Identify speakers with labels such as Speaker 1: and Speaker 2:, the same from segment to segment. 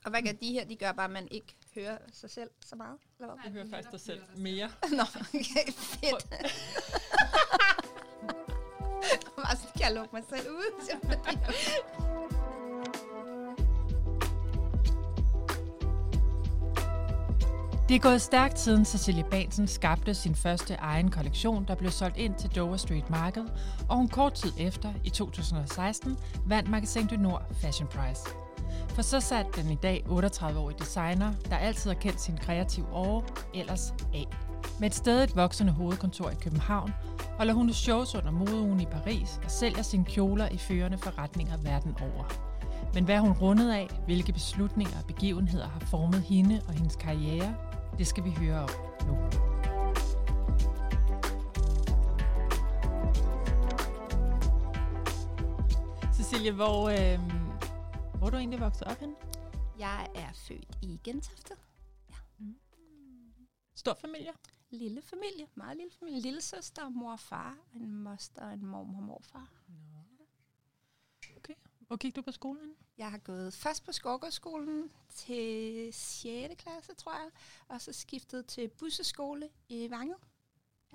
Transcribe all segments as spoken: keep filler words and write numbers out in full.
Speaker 1: Og hvad gør de her? De gør bare, at man ikke hører sig selv så meget? Eller hvad?
Speaker 2: Jeg hører faktisk dig selv mere.
Speaker 1: Nå, okay, fedt. Bare så kan jeg lukke mig selv ud.
Speaker 2: Det er gået stærkt siden Cecilie Bahnsen skabte sin første egen kollektion, der blev solgt ind til Dover Street Market, og hun kort tid efter, i to tusind og seksten, vandt Magasin du Nord Fashion Prize. For så satte den i dag otteogtredive-årige designer, der altid har kendt sin kreative åre, ellers af. Med et stadigt voksende hovedkontor i København, holder hun shows under modeugen i Paris og sælger sine kjoler i førende forretninger verden over. Men hvad er hun rundet af, hvilke beslutninger og begivenheder har formet hende og hendes karriere, det skal vi høre om nu. Cecilie, hvor, øh, hvor er du egentlig vokset op henne?
Speaker 1: Jeg er født i Gentofte. Ja.
Speaker 2: Mm. Stor familie?
Speaker 1: Lille familie, meget lille familie. Lille søster, mor og far, en moster og en mormor og morfar.
Speaker 2: Nå. Okay. Hvor gik du på skolen?
Speaker 1: Jeg har gået først på Skovgårdsskolen til sjette klasse, tror jeg, og så skiftet til Busseskole i Vanget. Ja.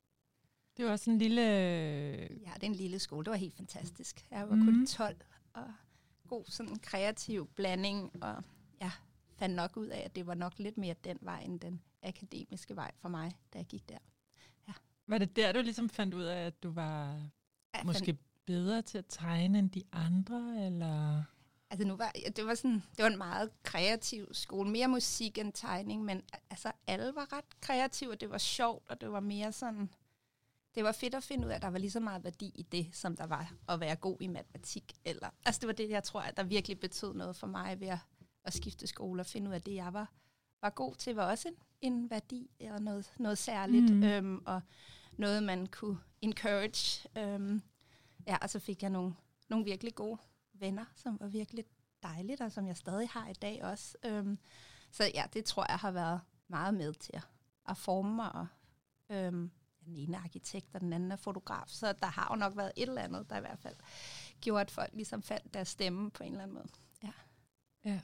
Speaker 2: Det var også en lille...
Speaker 1: Ja, det er en lille skole. Det var helt fantastisk. Jeg var
Speaker 2: Mm.
Speaker 1: kun tolv, og god sådan kreativ blanding, og ja, fandt nok ud af, at det var nok lidt mere den vej, end den akademiske vej for mig, da jeg gik der. Ja.
Speaker 2: Var det der, du ligesom fandt ud af, at du var
Speaker 1: Jeg
Speaker 2: måske
Speaker 1: fandt,
Speaker 2: bedre til at tegne end de andre, eller...
Speaker 1: altså nu var, det var sådan, det var en meget kreativ skole. Mere musik end tegning, men altså alle var ret kreative, og det var sjovt, og det var mere sådan... Det var fedt at finde ud af, at der var lige så meget værdi i det, som der var at være god i matematik. Eller, altså det var det, jeg tror, at der virkelig betød noget for mig ved at, at skifte skole og finde ud af, at det, jeg var, var god til, var også en, en værdi og noget, noget særligt.
Speaker 2: Mm.
Speaker 1: Øhm, og noget, man kunne encourage. Øhm, ja, og så fik jeg nogle, nogle virkelig gode venner, som var virkelig dejligt, og som jeg stadig har i dag også. Øhm, så ja, det tror jeg har været meget med til at, at forme mig. Og, øhm, den ene er arkitekt, og den anden er fotograf. Så der har jo nok været et eller andet, der i hvert fald gjorde, at folk ligesom fandt deres stemme på en eller anden måde. Ja.
Speaker 2: Ja.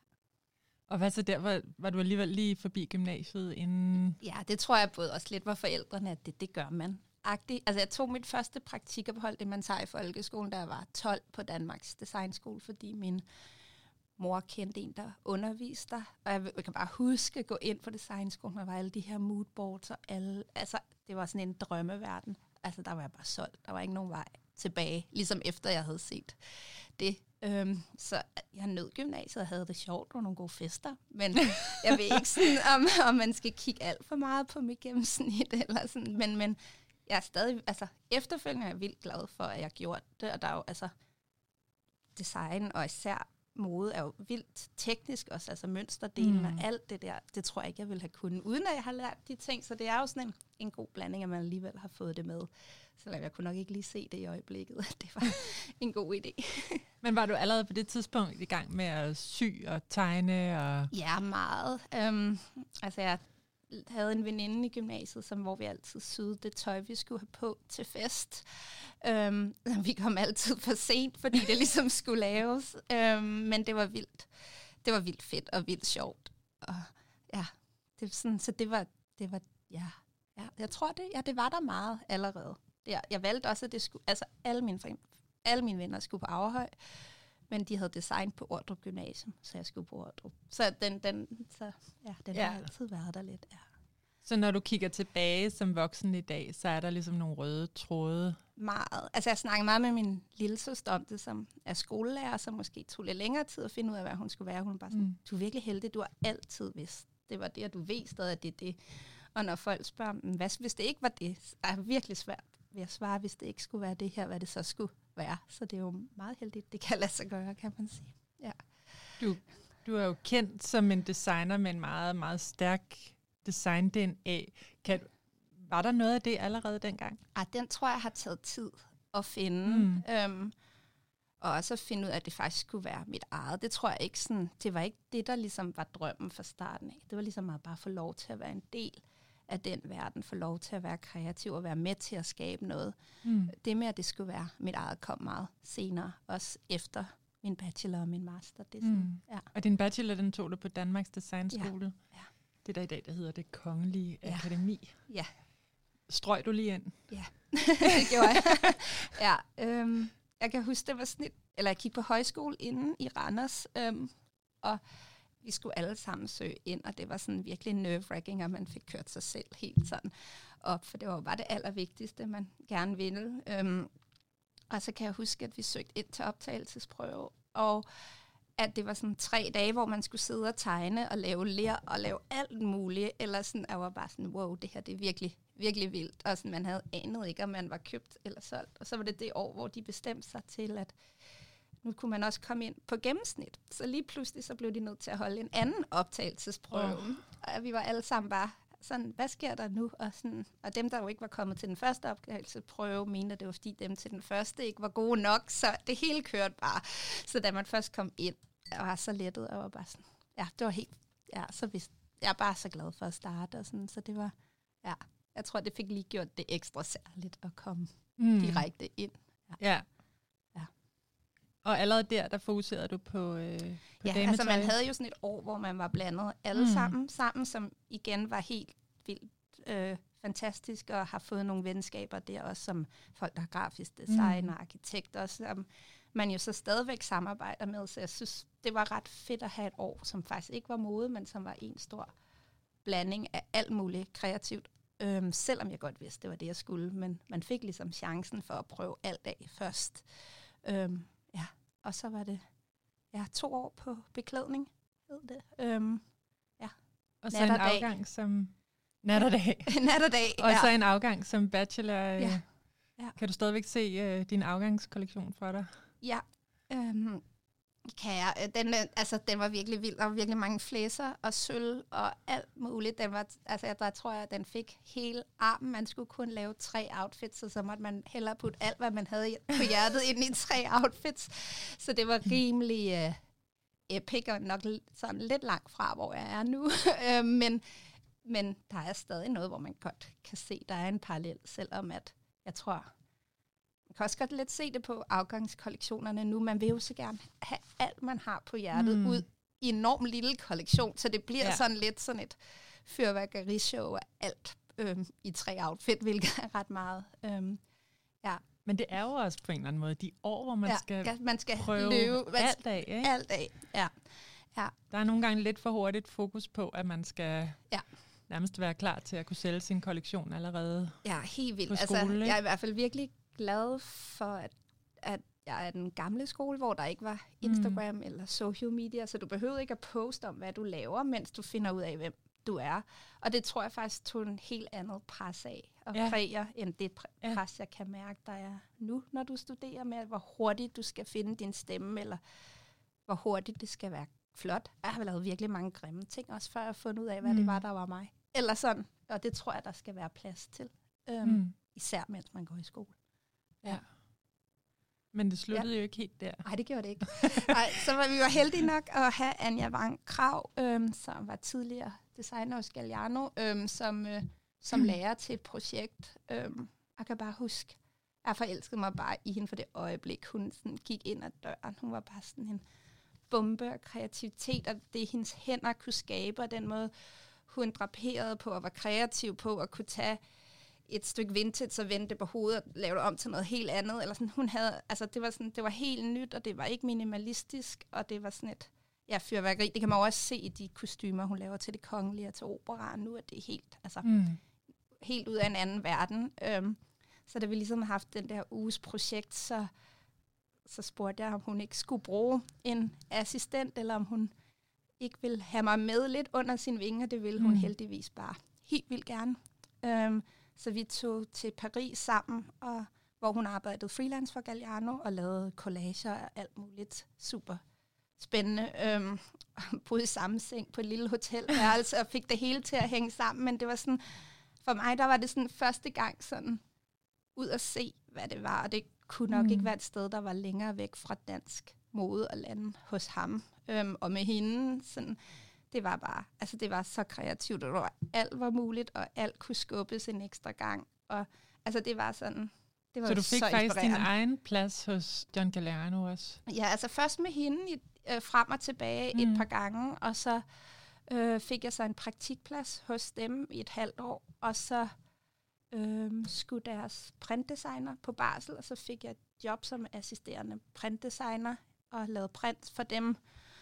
Speaker 2: Og hvad så der? Var, var du alligevel lige forbi gymnasiet inden?
Speaker 1: Ja, det tror jeg både også lidt var forældrene, at det, det gør man. Agtigt. Altså jeg tog mit første praktikophold, det man tager i folkeskolen, da jeg var tolv på Danmarks Designskole, fordi min mor kendte en, der underviste der. Og jeg, jeg kan bare huske at gå ind på designskolen, og der var alle de her moodboards og alle, altså det var sådan en drømmeverden. Altså der var jeg bare solgt, der var ikke nogen vej tilbage, ligesom efter jeg havde set det. Øhm, så jeg nød gymnasiet og havde det sjovt og nogle gode fester, men jeg ved ikke sådan, om, om man skal kigge alt for meget på mit gennemsnit eller sådan, men, men jeg er stadig, altså efterfølgende er jeg vildt glad for, at jeg gjorde det, og der er jo altså design og især mode er jo vildt teknisk også, altså mønsterdelen mm. og alt det der, det tror jeg ikke, jeg ville have kunnet, uden at jeg har lært de ting, så det er jo sådan en, en god blanding, at man alligevel har fået det med, selvom jeg kunne nok ikke lige se det i øjeblikket, at det var en god idé.
Speaker 2: Men var du allerede på det tidspunkt i gang med at sy og tegne? Og
Speaker 1: Ja, meget. Um, altså jeg havde en veninde i gymnasiet, som, hvor vi altid syede det tøj, vi skulle have på til fest. Um, vi kom altid for sent, fordi det ligesom skulle laves. Um, men det var vildt. Det var vildt fedt og vildt sjovt. Og ja, det var sådan, så det var, det var, ja, ja, jeg tror det, ja, det var der meget allerede. Jeg, jeg valgte også, at det skulle, altså alle mine, alle mine venner skulle på Averhøj, men de havde design på Ordrup Gymnasium, så jeg skulle på Ordrup. Så den, den, så, ja, den ja. har altid været der lidt, ja.
Speaker 2: Så når du kigger tilbage som voksen i dag, så er der ligesom nogle røde tråde?
Speaker 1: Meget. Altså jeg snakker meget med min lille søster om det, som er skolelærer, som måske tog lidt længere tid at finde ud af, hvad hun skulle være. Hun var bare sådan, mm. du er virkelig heldig, du har altid vidst. Det var det, og du ved stadig, at det er det. Og når folk spørger, hvad hvis det ikke var det, er det virkelig svært ved at svare, hvis det ikke skulle være det her, hvad det så skulle være. Så det er jo meget heldigt, det kan lade sig gøre, kan man sige. Ja.
Speaker 2: Du, du er jo kendt som en designer med en meget, meget stærk design-D N A. Kan, var der noget af det allerede dengang?
Speaker 1: Ah, den tror jeg har taget tid at finde. Mm. Øhm, og også at finde ud af, at det faktisk skulle være mit eget. Det tror jeg ikke sådan, det var ikke det, der ligesom var drømmen fra starten af. Det var ligesom at bare få lov til at være en del af den verden, få lov til at være kreativ og være med til at skabe noget. Mm. Det med, at det skulle være mit eget, kom meget senere, også efter min bachelor og min master. Det er sådan,
Speaker 2: Mm.
Speaker 1: ja.
Speaker 2: Og din bachelor, den tog du på Danmarks Designskole.
Speaker 1: Ja. Ja.
Speaker 2: Det der i dag, der hedder Det Kongelige
Speaker 1: Ja.
Speaker 2: Akademi.
Speaker 1: Ja.
Speaker 2: Strøg du lige ind?
Speaker 1: Ja, det gjorde jeg. ja, øhm, jeg kan huske, det var sådan et, eller jeg gik på højskole inde i Randers, øhm, og vi skulle alle sammen søge ind, og det var sådan virkelig nerve-wracking, at man fik kørt sig selv helt sådan op, for det var jo bare det allervigtigste, man gerne ville. Øhm, og så kan jeg huske, at vi søgte ind til optagelsesprøve, og at det var sådan tre dage, hvor man skulle sidde og tegne og lave ler og lave alt muligt, eller sådan, jeg var bare sådan, wow, det her det er virkelig, virkelig vildt, og sådan, man havde anet ikke, om man var købt eller solgt. Og så var det det år, hvor de bestemte sig til, at nu kunne man også komme ind på gennemsnit. Så lige pludselig, så blev de nødt til at holde en anden optagelsesprøve. Oh. Og vi var alle sammen bare sådan, hvad sker der nu? Og, sådan, og dem, der jo ikke var kommet til den første optagelsesprøve, mente, at det var fordi dem til den første ikke var gode nok, så det hele kørte bare. Så da man først kom ind, jeg var så lettet, og var bare sådan, ja, det var helt, ja, så vidste jeg er bare så glad for at starte, og sådan, så det var, ja, jeg tror, det fik lige gjort det ekstra særligt at komme mm. direkte ind.
Speaker 2: Ja. ja.
Speaker 1: ja.
Speaker 2: Og allerede der, der fokuserede du på, øh, på
Speaker 1: ja,
Speaker 2: dametøj?
Speaker 1: Altså man havde jo sådan et år, hvor man var blandet alle mm. sammen, sammen, som igen var helt vildt øh, fantastisk, og har fået nogle venskaber der også, som folk, der har grafisk design mm. og arkitekter, som man jo så stadigvæk samarbejder med, så jeg synes, det var ret fedt at have et år, som faktisk ikke var mode, men som var en stor blanding af alt muligt kreativt. Øhm, selvom jeg godt vidste, det var det, jeg skulle, men man fik ligesom chancen for at prøve alt af først. Øhm, ja, og så var det ja, to år på beklædning, hed det. Øhm, ja.
Speaker 2: Og så en afgang som nat og dag.
Speaker 1: Nat og dag,
Speaker 2: Og
Speaker 1: ja.
Speaker 2: så en afgang som bachelor.
Speaker 1: Ja. Ja.
Speaker 2: Kan du stadigvæk se uh, din afgangskollektion for dig?
Speaker 1: Ja, øhm, kan jeg. Den, altså, den var virkelig vild. Der var virkelig mange flæser og sølv og alt muligt. Den var, altså, der tror jeg, at den fik hele armen. Man skulle kun lave tre outfits, og så måtte man hellere putte alt, hvad man havde på hjertet ind i tre outfits. Så det var rimelig uh, epic, og nok sådan lidt langt fra, hvor jeg er nu. men, men der er stadig noget, hvor man godt kan se, der er en parallel, selvom at jeg tror, man kan også godt lidt se det på afgangskollektionerne nu. Man vil jo så gerne have alt, man har på hjertet, mm. ud i en enorm lille kollektion, så det bliver ja. sådan lidt sådan et fyrværkerishow af alt øhm, i tre outfit, hvilket er ret meget. Øhm, ja.
Speaker 2: Men det er jo også på en eller anden måde de år, hvor man ja, skal,
Speaker 1: ja, man skal
Speaker 2: prøve
Speaker 1: løbe, man
Speaker 2: alt af. Ikke?
Speaker 1: Alt af, ja. ja.
Speaker 2: Der er nogle gange lidt for hurtigt fokus på, at man skal
Speaker 1: ja.
Speaker 2: nærmest være klar til at kunne sælge sin kollektion allerede.
Speaker 1: Ja, helt vildt.
Speaker 2: På skole,
Speaker 1: altså, jeg er i hvert fald virkelig glad for, at, at jeg er den gamle skole, hvor der ikke var Instagram mm. eller social media, så du behøvede ikke at poste om, hvad du laver, mens du finder ud af, hvem du er. Og det tror jeg faktisk tog en helt andet pres af og ja. præger, end det pres, ja. jeg kan mærke, der er nu, når du studerer med, hvor hurtigt du skal finde din stemme, eller hvor hurtigt det skal være flot. Jeg har lavet virkelig mange grimme ting, også før jeg har fundet ud af, hvad mm. det var, der var mig. Eller sådan, og det tror jeg, der skal være plads til. Øhm, mm. Især mens man går i skole.
Speaker 2: Ja. Men det sluttede ja. jo ikke helt der.
Speaker 1: Nej, det gjorde det ikke. Ej, så var vi jo heldige nok at have Anja Wang Krag, øhm, som var tidligere designer hos Galliano, øhm, som, øh, som mm. lærer til et projekt. Øhm, jeg kan bare huske, jeg forelskede mig bare i hende for det øjeblik, hun sådan gik ind ad døren. Hun var bare sådan en bombe af kreativitet, og det hendes hænder kunne skabe, og den måde, hun draperede på og var kreativ på at kunne tage et stykke vintage og vende det på hovedet og lave det om til noget helt andet. Eller sådan, hun havde, altså det var sådan, det var helt nyt, og det var ikke minimalistisk, og det var sådan et ja, fyrværkeri. Det kan man også se i de kostymer, hun laver til Det Kongelige og til operaen nu, at det er helt, altså, mm. helt ud af en anden verden. Øhm, så da vi ligesom har haft den der uges projekt, så, så spurgte jeg, om hun ikke skulle bruge en assistent, eller om hun ikke ville have mig med lidt under sin vinge, og det ville hun mm. heldigvis bare helt vildt gerne. Øhm, så vi tog til Paris sammen, og, hvor hun arbejdede freelance for Galliano, og lavede collager og alt muligt super spændende. Øhm, boede i samme seng på et lille hotelværelse, og fik det hele til at hænge sammen, men det var sådan, for mig der var det sådan første gang sådan, ud at se, hvad det var, og det kunne nok mm. ikke være et sted, der var længere væk fra dansk mode og lande hos ham. Øhm, og med hende, sådan, det var bare, altså det var så kreativt, og alt var muligt, og alt kunne skubbes en ekstra gang. Og altså det var sådan, det var
Speaker 2: så du fik
Speaker 1: så
Speaker 2: faktisk din egen plads hos John Galliano også?
Speaker 1: Ja, altså først med hende i, øh, frem og tilbage mm. et par gange, og så øh, fik jeg så en praktikplads hos dem i et halvt år, og så øh, skulle deres printdesigner på barsel, og så fik jeg et job som assisterende printdesigner, og lavede print for dem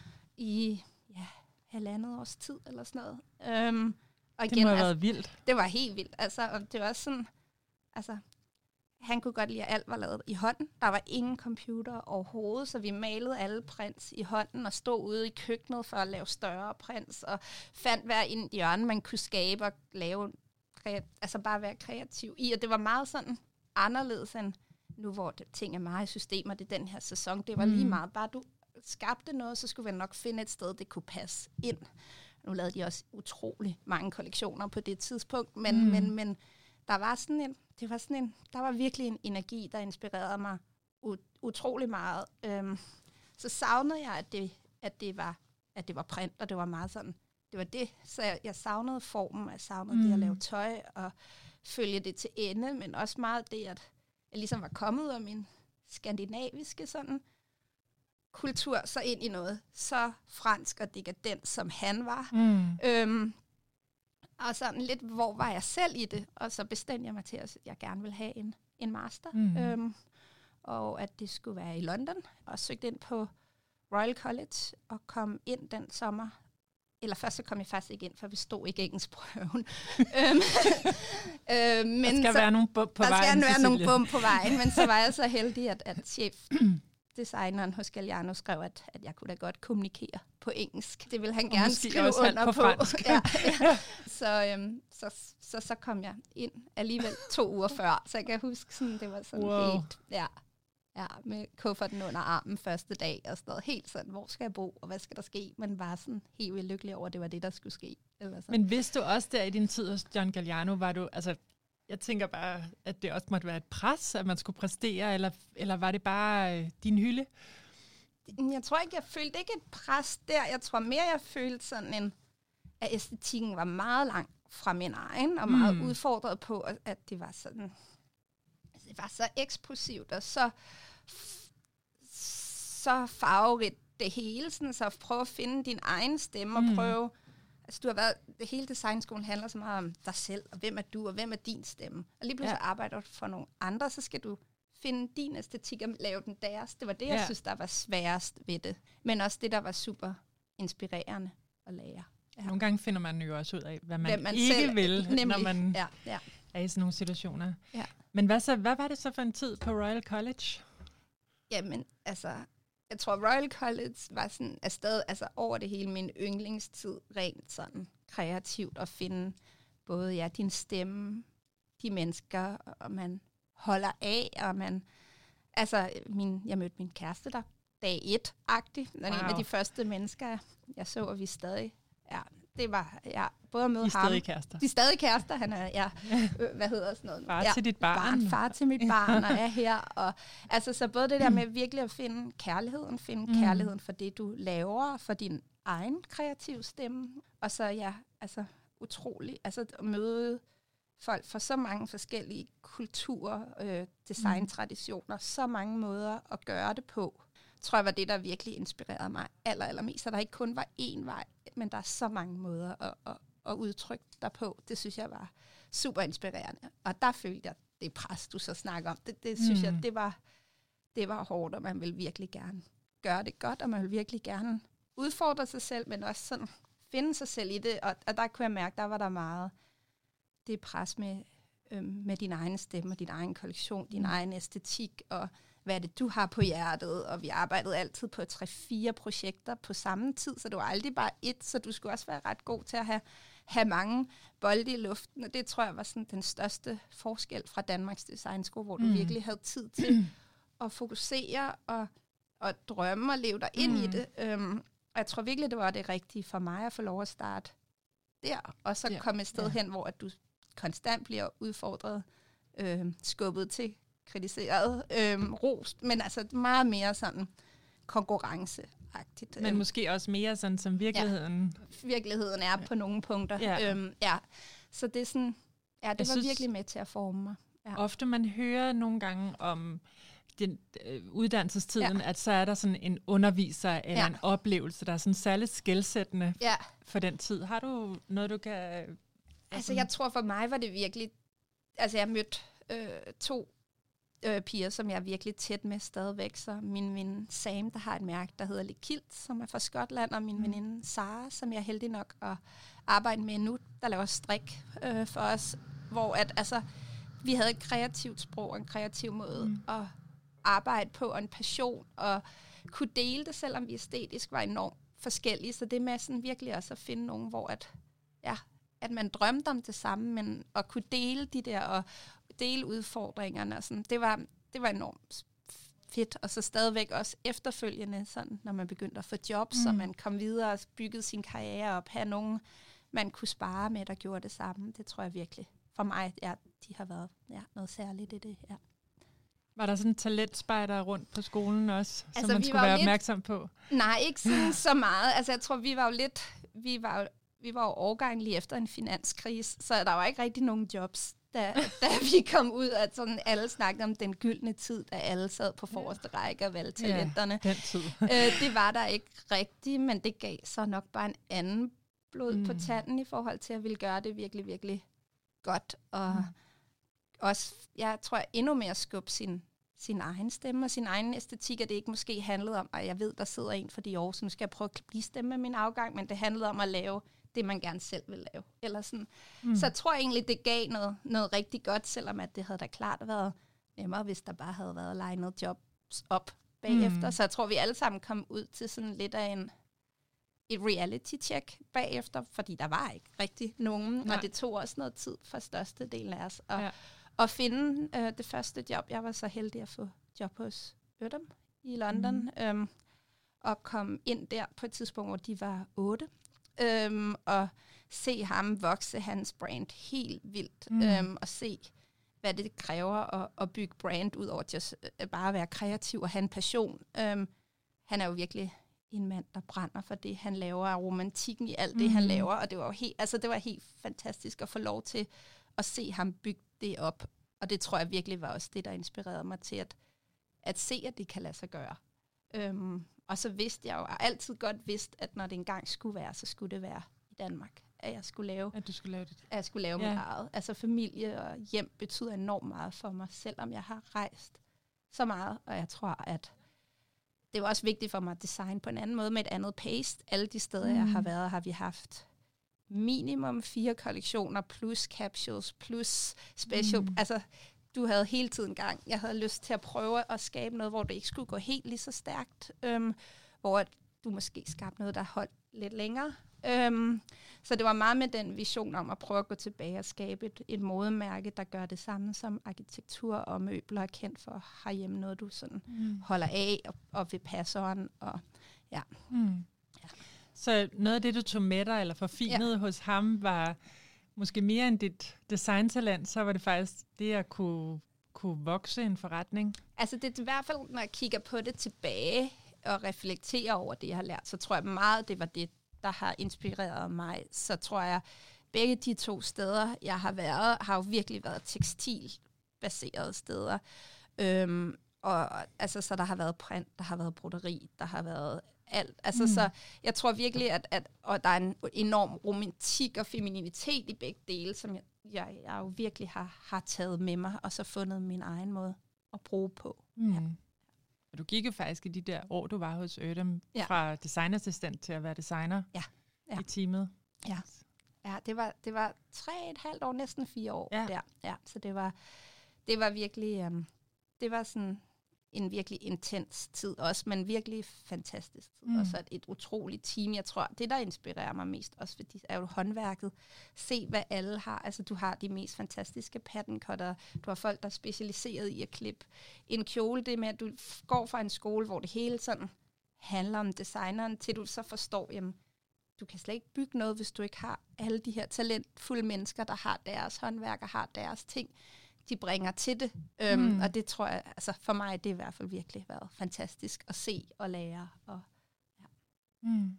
Speaker 1: i ja, halvandet års tid, eller sådan noget. Øhm, og igen,
Speaker 2: det må have
Speaker 1: altså,
Speaker 2: været vildt.
Speaker 1: Det var helt vildt, altså, og det var også sådan, altså, han kunne godt lide, at alt var lavet i hånden. Der var ingen computer overhovedet, så vi malede alle prints i hånden og stod ude i køkkenet for at lave større prints, og fandt hver en hjørne, man kunne skabe og lave, altså bare være kreativ i. Og det var meget sådan anderledes end nu, hvor det, ting er meget i systemer. Det er den her sæson. Det var mm. lige meget. Bare du skabte noget, så skulle vi nok finde et sted, det kunne passe ind. Nu lavede de også utrolig mange kollektioner på det tidspunkt, men, mm. men, men der var sådan en, det var sådan en, der var virkelig en energi, der inspirerede mig ut- utrolig meget. Øhm, så savnede jeg, at det, at det var, at det var print, og det var meget sådan, det var det. Så jeg, jeg savnede formen, jeg savnede mm. det at lave tøj og følge det til ende, men også meget det, at jeg ligesom var kommet af min skandinaviske sådan kultur, så ind i noget så fransk og dekadent, som han var. Mm. Øhm, og sådan lidt, hvor var jeg selv i det? Og så bestemte jeg mig til, at jeg gerne ville have en, en master. Mm. Øhm, og at det skulle være i London. Og søgte ind på Royal College og kom ind den sommer. Eller først så kom jeg faktisk ikke ind, for vi stod ikke engelskprøven. øhm, øh, men
Speaker 2: der skal
Speaker 1: så,
Speaker 2: være nogle bump på
Speaker 1: der
Speaker 2: vejen.
Speaker 1: Der skal være nogle bump på vejen, men så var jeg så heldig, at, at chefdesigneren hos Galliano skrev, at, at jeg kunne da godt kommunikere på engelsk. Det ville han og gerne skrive under på. på. ja, ja. Så, øhm, så, så, så kom jeg ind alligevel to uger før, så jeg kan huske, sådan, det var sådan wow. helt... Ja. Ja, med kufferten under armen første dag, og sådan noget. Helt sådan, hvor skal jeg bo, og hvad skal der ske? Men bare sådan helt vildt lykkelig over, at det var det, der skulle ske. Eller sådan.
Speaker 2: Men vidste du også der i din tid hos John Galliano, var du, altså, jeg tænker bare, at det også måtte være et pres, at man skulle præstere, eller, eller var det bare øh, din hylde?
Speaker 1: Jeg tror ikke, jeg følte ikke et pres der. Jeg tror mere, jeg følte sådan en, at æstetikken var meget langt fra min egen, og meget mm. udfordret på, at det var sådan... Det var så eksplosivt, og så, så farverigt det hele, sådan, så prøve at finde din egen stemme, og prøve, mm. altså du har været, det hele designskolen handler så meget om dig selv, og hvem er du, og hvem er din stemme. Og lige pludselig ja. arbejder du for nogle andre, så skal du finde din æstetik og lave den deres. Det var det, jeg ja. synes, der var sværest ved det. Men også det, der var super inspirerende at lære. Ja.
Speaker 2: Nogle gange finder man jo også ud af, hvad man, man ikke selv, vil,
Speaker 1: nemlig.
Speaker 2: når man
Speaker 1: ja, ja.
Speaker 2: er i sådan nogle situationer.
Speaker 1: Ja.
Speaker 2: Men hvad, så, hvad var det så for en tid på Royal College?
Speaker 1: Jamen, altså, jeg tror, Royal College var sådan afsted, altså over det hele min yndlingstid, rent sådan kreativt at finde både ja, din stemme, de mennesker, og man holder af, og man, altså, min, jeg mødte min kæreste der dag et-agtig, wow. En af de første mennesker, jeg så, og vi stadig, ja, det var, ja, både at møde
Speaker 2: de
Speaker 1: ham.
Speaker 2: De er stadig kærester.
Speaker 1: De er stadig kærester, han er, ja, øh, hvad hedder sådan noget?
Speaker 2: Far
Speaker 1: ja,
Speaker 2: til dit barn.
Speaker 1: barn. Far til mit barn, og er her. Og, altså, så både det der med virkelig at finde kærligheden, finde mm. kærligheden for det, du laver, for din egen kreative stemme, og så, ja, altså, utroligt, altså, at møde folk fra så mange forskellige kulturer, øh, designtraditioner, mm. så mange måder at gøre det på, tror jeg var det, der virkelig inspirerede mig aller, allermest. Så der ikke kun var én vej, men der er så mange måder at, at, at udtrykke dig på. Det synes jeg var super inspirerende. Og der følte jeg, det pres, du så snakker om, det, det synes mm. jeg, det var, det var hårdt, og man vil virkelig gerne gøre det godt, og man vil virkelig gerne udfordre sig selv, men også sådan finde sig selv i det. Og, og der kunne jeg mærke, der var der meget det pres med, øhm, med din egen stemme, din egen kollektion, din mm. egen æstetik, og hvad er det, du har på hjertet, og vi arbejdede altid på tre-fire projekter på samme tid, så det var aldrig bare ét, så du skulle også være ret god til at have, have mange bolde i luften, og det tror jeg var sådan den største forskel fra Danmarks Designskole, hvor du mm. virkelig havde tid til at fokusere og, og drømme og leve dig ind mm. i det. Um, og jeg tror virkelig, det var det rigtige for mig at få lov at starte der, og så ja. komme et sted ja. hen, hvor at du konstant bliver udfordret, øh, skubbet til, kritiseret, øh, rost, men altså meget mere sådan konkurrenceagtigt.
Speaker 2: Men måske også mere sådan, som virkeligheden...
Speaker 1: Ja, virkeligheden er ja. på nogle punkter. Ja. Øhm, ja. Så det er sådan, ja, det jeg var synes, virkelig med til at forme mig.
Speaker 2: ja. Ofte man hører nogle gange om den, øh, uddannelsestiden, ja. At så er der sådan en underviser eller ja. En oplevelse, der er sådan særligt skelsættende ja. For den tid. Har du noget, du kan...
Speaker 1: Altså, jeg tror for mig var det virkelig... Altså, jeg mødte øh, to øh, piger, som jeg er virkelig tæt med stadigvæk. Så min veninde Sam, der har et mærke, der hedder Lekilt, som er fra Skotland, og min mm. veninde Sara, som jeg er heldig nok at arbejde med nu, der laver strik øh, for os, hvor at, altså, vi havde et kreativt sprog og en kreativ måde mm. at arbejde på, og en passion, og kunne dele det, selvom vi æstetisk var enormt forskellige. Så det med sådan virkelig også at finde nogen, hvor at, ja, at man drømte om det samme, men at kunne dele de der, og dele udfordringerne, og sådan, det var, det var enormt fedt. Og så stadigvæk også efterfølgende, sådan, når man begyndte at få jobs, mm. så man kom videre og byggede sin karriere op, have nogen, man kunne spare med, der gjorde det samme. Det tror jeg virkelig, for mig, ja, de har været ja, noget særligt i det, ja.
Speaker 2: Var der sådan en talentspejder rundt på skolen også, altså, som man skulle være lidt opmærksom på?
Speaker 1: Nej, ikke sådan så meget. Altså, jeg tror, vi var jo lidt... Vi var jo, vi var jo årgang lige efter en finanskrise, så der var ikke rigtig nogen jobs, da, da vi kom ud, at sådan alle snakkede om den gyldne tid, da alle sad på forreste række og valgte talenterne.
Speaker 2: Ja, den tid.
Speaker 1: øh, det var der ikke rigtigt, men det gav så nok bare en anden blod mm. på tanden i forhold til at ville gøre det virkelig, virkelig godt. Og mm. også, jeg tror, endnu mere skubbe sin, sin egen stemme og sin egen æstetik, at det ikke måske handlede om, at jeg ved, der sidder en for de år, så nu skal jeg prøve at blive stemme med min afgang, men det handlede om at lave det, man gerne selv vil lave. Eller sådan. Mm. Så jeg tror egentlig, det gav noget, noget rigtig godt, selvom at det havde da klart været nemmere, hvis der bare havde været legnet jobs op bagefter. Mm. Så jeg tror, vi alle sammen kom ud til sådan lidt af en et reality-check bagefter, fordi der var ikke rigtig nogen, Nej. Og det tog også noget tid for størstedelen af os at, ja. At finde øh, det første job. Jeg var så heldig at få job hos Erdem i London, mm. øhm, og kom ind der på et tidspunkt, hvor de var otte, øhm, og se ham vokse hans brand helt vildt, mm. øhm, og se, hvad det kræver at, at bygge brand, ud over just, øh, bare at være kreativ og have en passion. Øhm, han er jo virkelig en mand, der brænder for det, han laver, og romantikken i alt det, mm. han laver, og det var jo helt, altså det var helt fantastisk at få lov til at se ham bygge det op, og det tror jeg virkelig var også det, der inspirerede mig til at, at se, at det kan lade sig gøre. Øhm, og så vidste jeg jo, og altid godt vidst, at når det engang skulle være, så skulle det være i Danmark, at jeg skulle lave,
Speaker 2: at du skulle lave det.
Speaker 1: At jeg skulle lave ja. Mit eget. Altså familie og hjem betyder enormt meget for mig, selvom jeg har rejst så meget, og jeg tror, at det var også vigtigt for mig at designe på en anden måde med et andet pace. Alle de steder, mm. jeg har været, har vi haft minimum fire kollektioner, plus capsules, plus special. Mm. Altså, du havde hele tiden gang. Jeg havde lyst til at prøve at skabe noget, hvor det ikke skulle gå helt lige så stærkt. Øhm, hvor du måske skabte noget, der holdt lidt længere. Øhm, så det var meget med den vision om at prøve at gå tilbage og skabe et, et modemærke, der gør det samme som arkitektur og møbler er kendt for herhjemme, noget du sådan mm. holder af og, og vil passe on. Og, ja.
Speaker 2: Mm. Ja. Så noget af det, du tog med dig eller forfinede ja. Hos ham, var måske mere end dit designtalent, så var det faktisk det at kunne, kunne vokse en forretning?
Speaker 1: Altså det er i hvert fald, når jeg kigger på det tilbage og reflekterer over det, jeg har lært, så tror jeg meget, det var det, der har inspireret mig. Så tror jeg, begge de to steder, jeg har været, har jo virkelig været tekstilbaserede steder. Øhm, og altså, så der har været print, der har været broderi, der har været alt. Altså, mm. så jeg tror virkelig, at, at og der er en enorm romantik og femininitet i begge dele, som jeg, jeg, jeg jo virkelig har, har taget med mig, og så fundet min egen måde at bruge på. Mm. Ja.
Speaker 2: Og du gik jo faktisk i de der år, du var hos Erdem, ja. Fra designassistent til at være designer
Speaker 1: ja. Ja.
Speaker 2: I teamet.
Speaker 1: Ja, ja det, var, det var tre et halvt år, næsten fire år ja. Der. Ja, så det var, det var virkelig, um, det var sådan en virkelig intens tid også, men virkelig fantastisk tid. Mm. Og så et, et utroligt team. Jeg tror, det der inspirerer mig mest også, fordi er jo håndværket. Se, hvad alle har. Altså, du har de mest fantastiske pattern cutter. Du har folk, der er specialiseret i at klippe en kjole. Det med, at du går fra en skole, hvor det hele sådan handler om designeren, til du så forstår, jamen, du kan slet ikke bygge noget, hvis du ikke har alle de her talentfulde mennesker, der har deres håndværk og har deres ting, de bringer til det. Øhm, mm. Og det tror jeg, altså for mig, det har i hvert fald virkelig været fantastisk at se og lære. Og, ja.
Speaker 2: mm.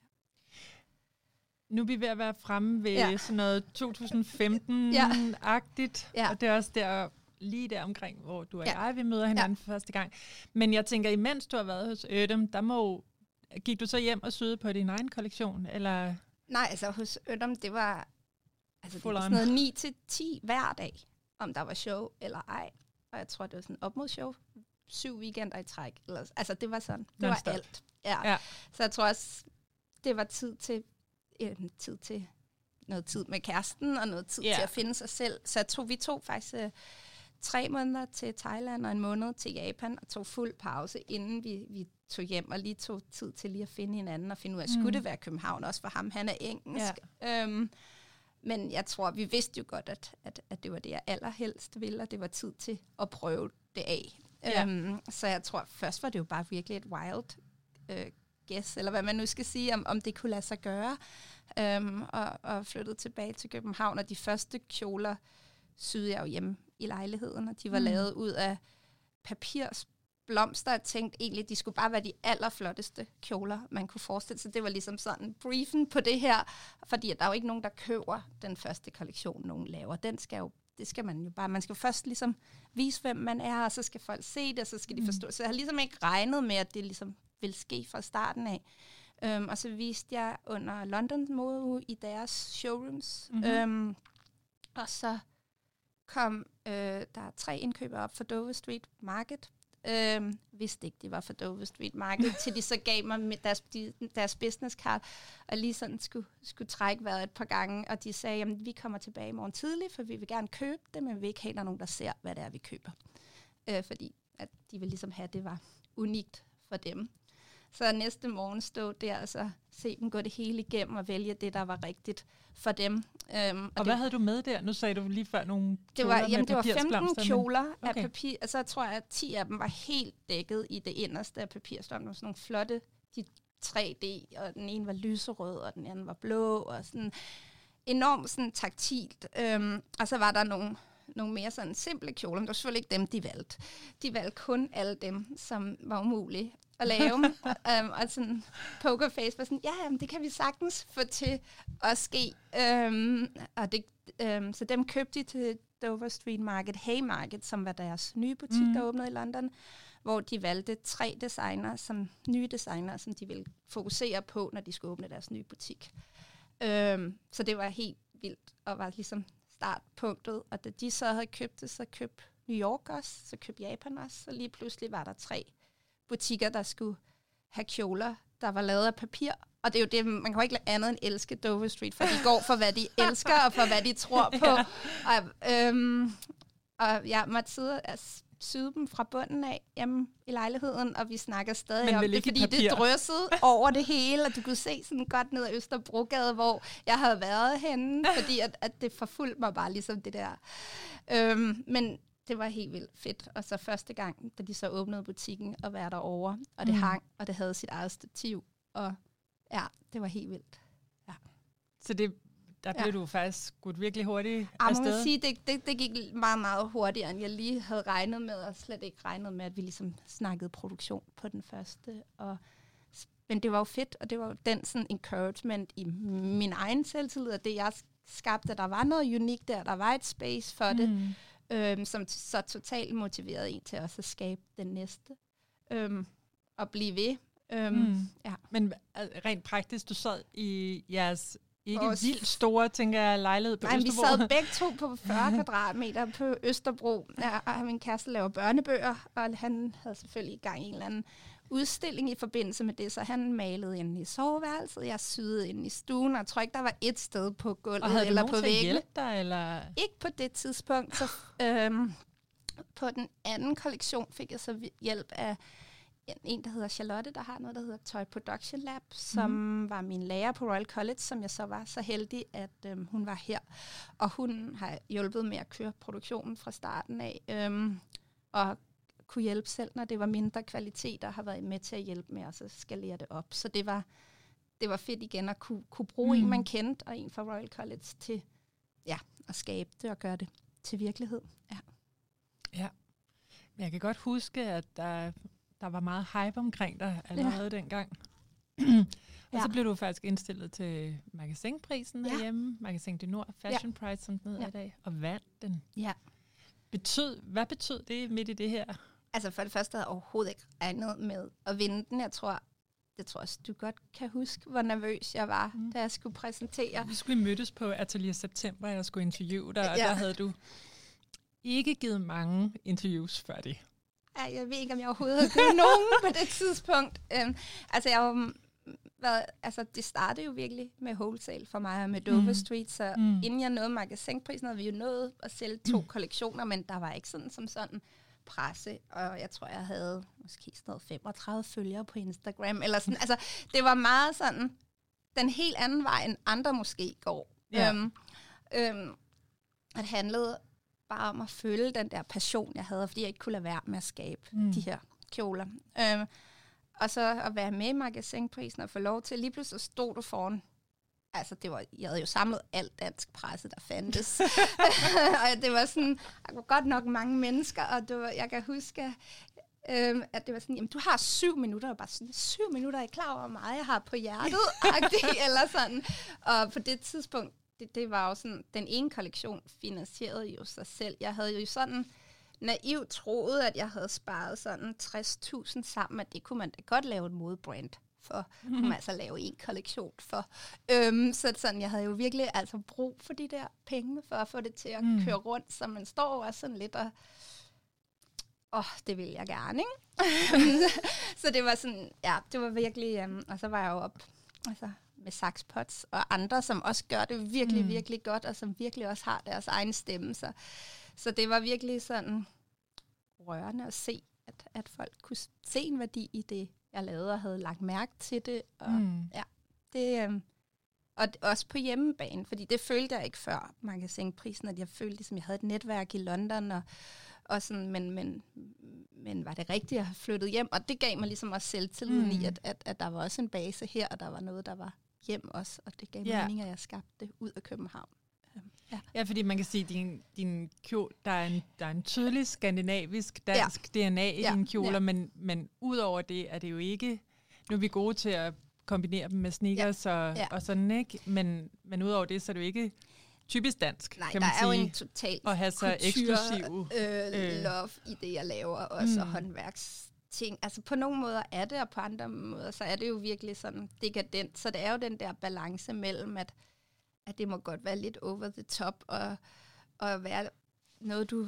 Speaker 2: Nu er vi ved at være fremme ved ja. Sådan noget to tusind femten-agtigt, ja. Og det er også der, lige der omkring, hvor du og
Speaker 1: ja.
Speaker 2: jeg, vi møder hinanden ja. for første gang. Men jeg tænker, imens du har været hos Ødem, der må, gik du så hjem og syede på din egen kollektion, eller?
Speaker 1: Nej, altså hos Ødem, det var, altså, det var sådan noget ni til ti hver dag, om der var show eller ej. Og jeg tror, det var sådan op mod show, syv weekender i træk. Eller, altså det var sådan, det var alt. Ja. Ja. Så jeg tror også, det var tid til, øh, tid til noget tid med kæresten, og noget tid yeah. til at finde sig selv. Så jeg tog, vi tog faktisk øh, tre måneder til Thailand, og en måned til Japan, og tog fuld pause, inden vi, vi tog hjem, og lige tog tid til lige at finde hinanden, og finde ud af, skulle mm. det være København, også for ham, han er engelsk. Yeah. Øhm, men jeg tror, vi vidste jo godt, at, at, at det var det, jeg allerhelst ville, og det var tid til at prøve det af. Yeah. Øhm, så jeg tror, først var det jo bare virkelig et wild øh, guess, eller hvad man nu skal sige, om, om det kunne lade sig gøre. Um, og, og flyttede tilbage til København, og de første kjoler syede jeg jo hjemme i lejligheden, og de var mm. lavet ud af papirsblomster. Jeg tænkte egentlig, de skulle bare være de allerflotteste kjoler, man kunne forestille sig. Det var ligesom sådan briefen på det her, fordi der er jo ikke nogen, der køber den første kollektion, nogen laver. Den skal jo, det skal man jo bare, man skal jo først ligesom vise, hvem man er, og så skal folk se det, og så skal de forstå. Mm. Så jeg har ligesom ikke regnet med, at det ligesom ville ske fra starten af. Um, og så viste jeg under London Modeuge i deres showrooms. Mm-hmm. Um, og så kom uh, der tre indkøbere op for Dover Street Market. Um, vidste ikke, de var for Dover Street Market, til de så gav mig deres, de, deres business card, og lige sådan skulle, skulle trække vejret et par gange. Og de sagde, jamen vi kommer tilbage i morgen tidligt, for vi vil gerne købe det, men vi vil ikke have, der er nogen, der ser, hvad det er, vi køber. Uh, fordi at de vil ligesom have, at det var unikt for dem. Så næste morgen stod der, og så se dem gå det hele igennem og vælge det, der var rigtigt for dem. Um, og
Speaker 2: og hvad
Speaker 1: det,
Speaker 2: havde du med der? Nu sagde du lige før nogle
Speaker 1: det var, jamen, det var
Speaker 2: femten
Speaker 1: kjoler okay. af papir, og så tror jeg, at ti af dem var helt dækket i det inderste af papirstommer. Sådan nogle flotte, de tre D, og den ene var lyserød, og den anden var blå, og sådan enormt sådan taktilt. Um, og så var der nogle, nogle mere sådan simple kjoler, men det var selvfølgelig ikke dem, de valgte. De valgte kun alle dem, som var umulige at lave. um, og sådan pokerface var sådan, ja, jamen, det kan vi sagtens få til at ske. Um, og det, um, så dem købte de til Dover Street Market, Haymarket, som var deres nye butik, mm. der åbnede i London, hvor de valgte tre designer, som nye designer, som de ville fokusere på, når de skulle åbne deres nye butik. Um, så det var helt vildt, og var ligesom startpunktet. Og da de så havde købt det, så købte New York også, så købte Japan også, og lige pludselig var der tre butikker, der skulle have kjoler, der var lavet af papir. Og det er jo det, man kan jo ikke lade andet end elske Dover Street, for de går for, hvad de elsker, og for, hvad de tror på. Ja. Og, øhm, og jeg måtte sidde og syde dem fra bunden af hjemme i lejligheden, og vi snakker stadig
Speaker 2: Men
Speaker 1: om det, fordi papir. Det dryssede over det hele, og du kunne se sådan godt ned ad Østerbrogade, hvor jeg havde været henne, fordi at, at det forfulgte mig bare ligesom det der. Øhm, men det var helt vildt fedt. Og så første gang, da de så åbnede butikken og var derovre, og det mm. hang, og det havde sit eget stativ. Og ja, det var helt vildt. Ja.
Speaker 2: Så det, der blev ja. du faktisk skudt virkelig hurtigt
Speaker 1: ja,
Speaker 2: afsted?
Speaker 1: Jeg må sige, det, det, det gik meget, meget hurtigere, end jeg lige havde regnet med, og slet ikke regnet med, at vi ligesom snakkede produktion på den første. Og, men det var jo fedt, og det var jo den sådan encouragement i min egen selvtillid, og det jeg skabte, at der var noget unikt der, der var et space for mm. det. Øhm, som t- så totalt motiverede en til også at skabe den næste. Øhm, og blive ved. Øhm, mm. ja.
Speaker 2: Men rent praktisk, du sad i jeres ikke Vores vildt store, tænker jeg, lejlighed på
Speaker 1: Nej,
Speaker 2: Østerbro?
Speaker 1: vi sad begge to på fyrre kvadratmeter på Østerbro. Ja, og min kæreste laver børnebøger, og han havde selvfølgelig i gang i en eller anden udstilling i forbindelse med det, så han malede inde i soveværelset, jeg syede inde i stuen, og jeg tror ikke, der var et sted på gulvet eller på væggen. Og havde du nogen til at hjælpe
Speaker 2: dig, eller?
Speaker 1: Ikke på det tidspunkt. Så, øhm, på den anden kollektion fik jeg så hjælp af en, der hedder Charlotte, der har noget, der hedder Toy Production Lab, som mm. var min lærer på Royal College, som jeg så var så heldig, at øhm, hun var her. Og hun har hjulpet med at køre produktionen fra starten af, øhm, og kunne hjælpe selv, når det var mindre kvalitet, og har været med til at hjælpe med at så skalere det op. Så det var, det var fedt igen at kunne, kunne bruge mm. en, man kendte, og en fra Royal College til ja, at skabe det og gøre det til virkelighed. Ja.
Speaker 2: Ja. Men jeg kan godt huske, at der, der var meget hype omkring dig allerede ja. dengang. og ja. så blev du faktisk indstillet til Magasinprisen ja. herhjemme, Magasin du Nord, Fashion ja. Prize, som den hedder ja. i dag, og vandt den.
Speaker 1: Ja.
Speaker 2: Betød, hvad betød det midt i det her?
Speaker 1: Altså for det første havde jeg overhovedet ikke regnet med at vinde den. Jeg tror, det tror jeg også, du godt kan huske, hvor nervøs jeg var, mm. da jeg skulle præsentere.
Speaker 2: Vi skulle mødes på Atelier September, jeg skulle interviewe dig, og ja. Der havde du ikke givet mange interviews før det.
Speaker 1: Ja, jeg ved ikke, om jeg overhovedet havde givet nogen på det tidspunkt. Um, altså, jeg var, været, altså, det startede jo virkelig med wholesale for mig og med Dover mm. Street, så mm. inden jeg nåede magasinprisen, havde vi jo nået at sælge to mm. kollektioner, men der var ikke sådan som sådan presse, og jeg tror, jeg havde måske sådan noget femogtredive følgere på Instagram, eller sådan. Altså, det var meget sådan, den helt anden vej, end andre måske går. Ja. Øhm, øhm, det handlede bare om at føle den der passion, jeg havde, fordi jeg ikke kunne lade være med at skabe mm. de her kjoler. Øhm, og så at være med i magasinprisen og få lov til, lige pludselig stod du foran. Altså, det var, jeg havde jo samlet alt dansk presse, der fandtes. Og det var sådan, der var godt nok mange mennesker, og det var, jeg kan huske, øhm, at det var sådan, jamen, du har syv minutter, og bare sådan, syv minutter, er I klar over, hvor meget jeg har på hjertet? Eller sådan. Og på det tidspunkt, det, det var jo sådan, den ene kollektion finansierede jo sig selv. Jeg havde jo sådan naivt troet, at jeg havde sparet sådan tres tusind sammen, at det kunne man da godt lave et modebrand for, mm-hmm. kunne man altså lave en kollektion for. Øhm, så sådan, jeg havde jo virkelig altså brug for de der penge, for at få det til at mm. køre rundt, så man står også sådan lidt og, åh, oh, det vil jeg gerne, ikke? Så det var sådan, ja, det var virkelig, um, og så var jeg jo op, altså, med Saxpots og andre, som også gør det virkelig, mm. virkelig godt, og som virkelig også har deres egen stemme, så, så det var virkelig sådan rørende at se, at, at folk kunne se en værdi i det, jeg lavede, og havde lagt mærke til det. Og, mm. ja, det øhm, og også på hjemmebane, fordi det følte jeg ikke før magasinprisen, at jeg følte, ligesom jeg havde et netværk i London, og, og sådan, men, men, men var det rigtigt at have flyttet hjem? Og det gav mig ligesom også selvtilliden mm. i, at, at, at der var også en base her, og der var noget, der var hjem også, og det gav yeah. mening, at jeg skabte det ud af København. Ja.
Speaker 2: ja, fordi man kan sige, at din, din kjole, der er en, der er en tydelig skandinavisk, dansk ja. D N A i ja. dine kjoler, ja. men, men udover det er det jo ikke, nu er vi gode til at kombinere dem med sneakers ja. Og, ja. og sådan, ikke? Men, men udover det, så er det jo ikke typisk dansk,
Speaker 1: Nej,
Speaker 2: kan man sige.
Speaker 1: Nej, der er jo en total
Speaker 2: at have så eksklusiv
Speaker 1: øh, love i det, jeg laver, også mm. håndværksting. Altså på nogle måder er det, og på andre måder, så er det jo virkelig sådan dekadent. Så det er jo den der balance mellem, at at det må godt være lidt over the top, og, og være noget, du,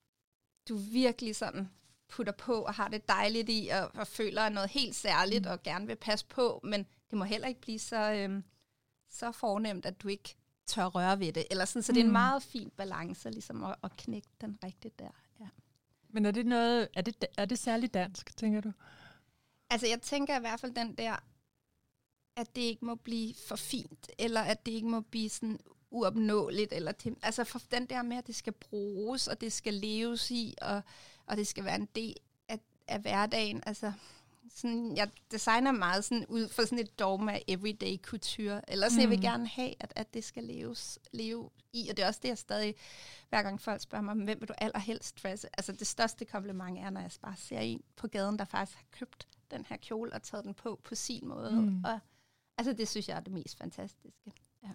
Speaker 1: du virkelig sådan putter på, og har det dejligt i, og, og føler noget helt særligt, mm. og gerne vil passe på, men det må heller ikke blive så, øhm, så fornemt, at du ikke tør røre ved det. Eller sådan, så mm. det er en meget fin balance, ligesom at, at knække den rigtigt der. Ja.
Speaker 2: Men er det noget, er det, er det særligt dansk, tænker du?
Speaker 1: Altså, jeg tænker i hvert fald den der, at det ikke må blive for fint, eller at det ikke må blive sådan uopnåeligt, eller til, altså for den der med, at det skal bruges, og det skal leves i, og, og det skal være en del af, af hverdagen. Altså, sådan, jeg designer meget sådan ud for sådan et dogme af everyday couture, eller så mm. jeg vil gerne have, at, at det skal leves, leve i, og det er også det, jeg stadig, hver gang folk spørger mig, hvem vil du allerhelst dresse? Altså det største kompliment er, når jeg bare ser en på gaden, der faktisk har købt den her kjole, og taget den på på sin måde, mm. og altså, det synes jeg er det mest fantastiske. Ja.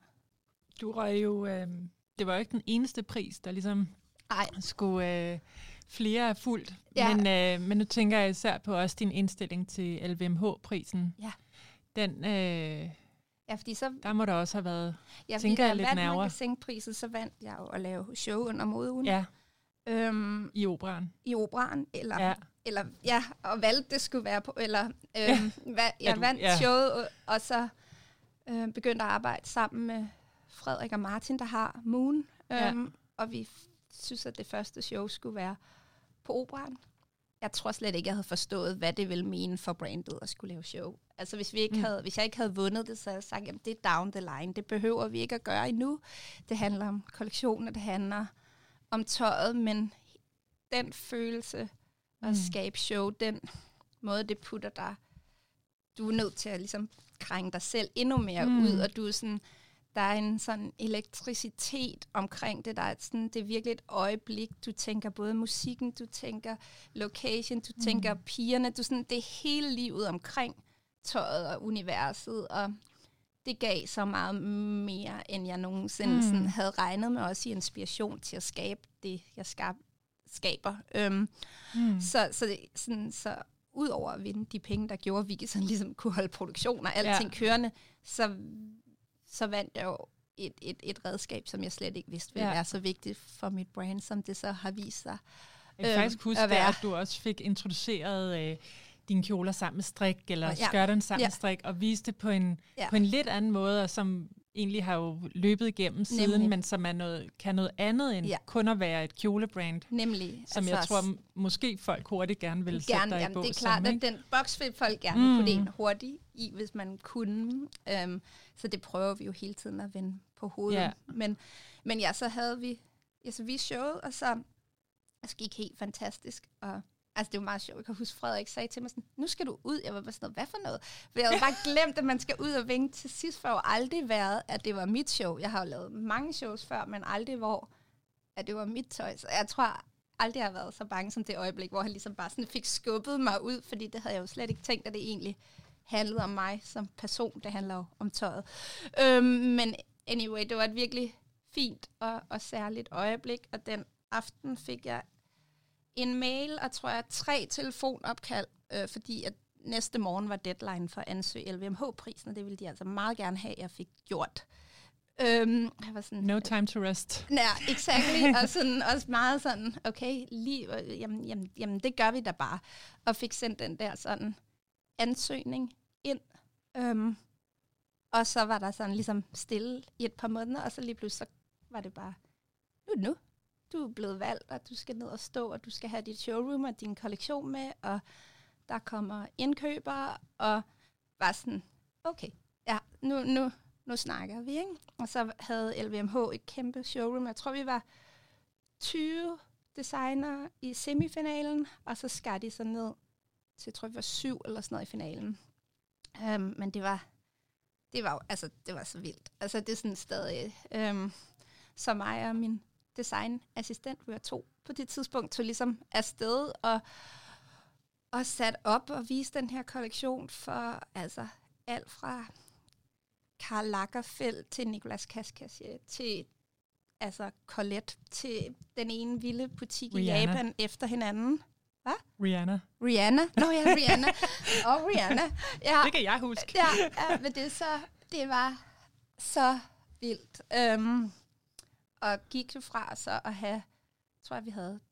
Speaker 2: Du røg jo, øh, det var jo ikke den eneste pris, der ligesom Ej. skulle øh, flere er fuldt. Ja. Men, øh, men nu tænker jeg især på også din indstilling til L V M H-prisen. Ja. Den, øh, ja, fordi så, der må der også have været, ja, tænker jeg, lidt nerver. Ja, fordi da prisen, så vandt jeg jo at lave show under modeugen. Ja. Øhm, I operaen. I operaen, eller... Ja. Eller, ja, og valgte det skulle være på, eller øhm, ja. hvad, jeg du, vandt ja. showet, og, og så øh, begyndte at arbejde sammen med Frederik og Martin, der har Moon, øhm, ja. og vi synes, at det første show skulle være på operaen. Jeg tror slet ikke, jeg havde forstået, hvad det ville mene for brandet at skulle lave show. Altså, hvis, vi ikke mm. havde, hvis jeg ikke havde vundet det, så havde jeg sagt, at det er down the line, det behøver vi ikke at gøre endnu. Det handler om kollektioner, det handler om tøjet, men den følelse at skabe show, den måde, det putter dig. Du er nødt til at ligesom krænge dig selv endnu mere mm. ud, og du er sådan, der er en sådan elektricitet omkring det, der er sådan, det er virkelig et øjeblik, du tænker både musikken, du tænker location, du mm. tænker pigerne, du sådan, det er hele livet omkring tøjet og universet, og det gav så meget mere, end jeg nogensinde mm. sådan havde regnet med, også i inspiration til at skabe det, jeg skabte,
Speaker 1: skaber. Øhm, mm. Så, så, det, sådan, så ud over at vinde de penge, der gjorde, at vi sådan ligesom kunne holde produktion og alting ja. kørende, så, så vandt jeg jo et, et, et redskab, som jeg slet ikke vidste ville ja. være så vigtigt for mit brand, som det så har vist sig.
Speaker 2: Jeg kan øhm, faktisk huske, at, at du også fik introduceret øh, dine kjoler sammen med strik, eller ja. skørterne sammen ja. med strik, og viste det på en, ja. på en lidt anden måde, og som egentlig har jo løbet igennem siden, Nemlig. men som er noget, kan noget andet end ja. kun at være et kjolebrand.
Speaker 1: Nemlig.
Speaker 2: Som altså jeg tror, m- måske folk hurtigt gerne vil sætte
Speaker 1: gerne,
Speaker 2: dig
Speaker 1: jamen,
Speaker 2: i bås.
Speaker 1: Det er klart, at den boks vil folk gerne mm. putte en hurtigt i, hvis man kunne. Um, så det prøver vi jo hele tiden at vende på hovedet. Ja. Men, men ja, så havde vi, ja, så vi showet, og så altså, gik helt fantastisk, og altså, det var meget sjovt. Jeg kan huske, Frederik sagde til mig sådan, nu skal du ud. Jeg var bare sådan noget, hvad for noget? For jeg havde bare glemt, at man skal ud og vinke til sidst, for jeg har aldrig været, at det var mit show. Jeg har jo lavet mange shows før, men aldrig, hvor at det var mit tøj. Så jeg tror aldrig, jeg har været så bange som det øjeblik, hvor han ligesom bare sådan fik skubbet mig ud, fordi det havde jeg jo slet ikke tænkt, at det egentlig handlede om mig som person. Det handler jo om tøjet. Øhm, men anyway, det var et virkelig fint og, og særligt øjeblik, og den aften fik jeg en mail, og tror jeg tre telefonopkald, øh, fordi at næste morgen var deadline for at ansøge L V M H-prisen, og det ville de altså meget gerne have, jeg fik gjort. Øhm, jeg var sådan,
Speaker 2: no time to rest.
Speaker 1: Ja, exactly, og sådan, også meget sådan, okay, lige, jamen, jamen, jamen, det gør vi da bare, og fik sendt den der sådan ansøgning ind, øhm, og så var der sådan ligesom stille i et par måneder, og så lige pludselig så var det bare, nu nu. Du er blevet valgt, og du skal ned og stå, og du skal have dit showroom og din kollektion med, og der kommer indkøbere, og var sådan, okay, ja, nu, nu, nu snakker vi, ikke? Og så havde L V M H et kæmpe showroom. Jeg tror, vi var tyve designere i semifinalen, og så skar de så ned til, jeg tror, vi var syv eller sådan noget i finalen. Um, men det var, det var jo, altså, det var så vildt. Altså, det er sådan stadig, um, så mig og min designassistent, vi var to på det tidspunkt, tog ligesom afsted og, og sat op og viste den her kollektion for altså alt fra Karl Lagerfeld til Nicolas Cascasier til altså Colette til den ene vilde butik Rihanna. i Japan efter hinanden. Hvad?
Speaker 2: Rihanna.
Speaker 1: Rihanna? Nå ja, Rihanna. Og Rihanna. Ja.
Speaker 2: Det kan jeg huske.
Speaker 1: Ja, ja, men det, så, det var så vildt. Um, Og gik jo fra så at have, tror jeg, vi havde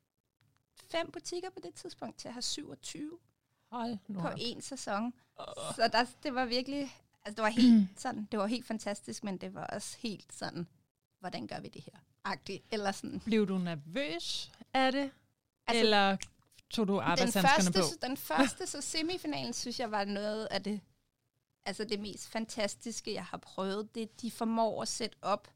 Speaker 1: fem butikker på det tidspunkt, til at have syvogtyve
Speaker 2: Hold nu
Speaker 1: på
Speaker 2: op.
Speaker 1: en sæson. Uh. Så der, det var virkelig, altså det var helt sådan, det var helt fantastisk, men det var også helt sådan, hvordan gør vi det her? Agtigt, eller sådan.
Speaker 2: Blev du nervøs af det? Altså, eller tog du arbejdshandskerne på?
Speaker 1: Den første, så semifinalen, synes jeg var noget af det, altså det mest fantastiske, jeg har prøvet. Det de formår at sætte op.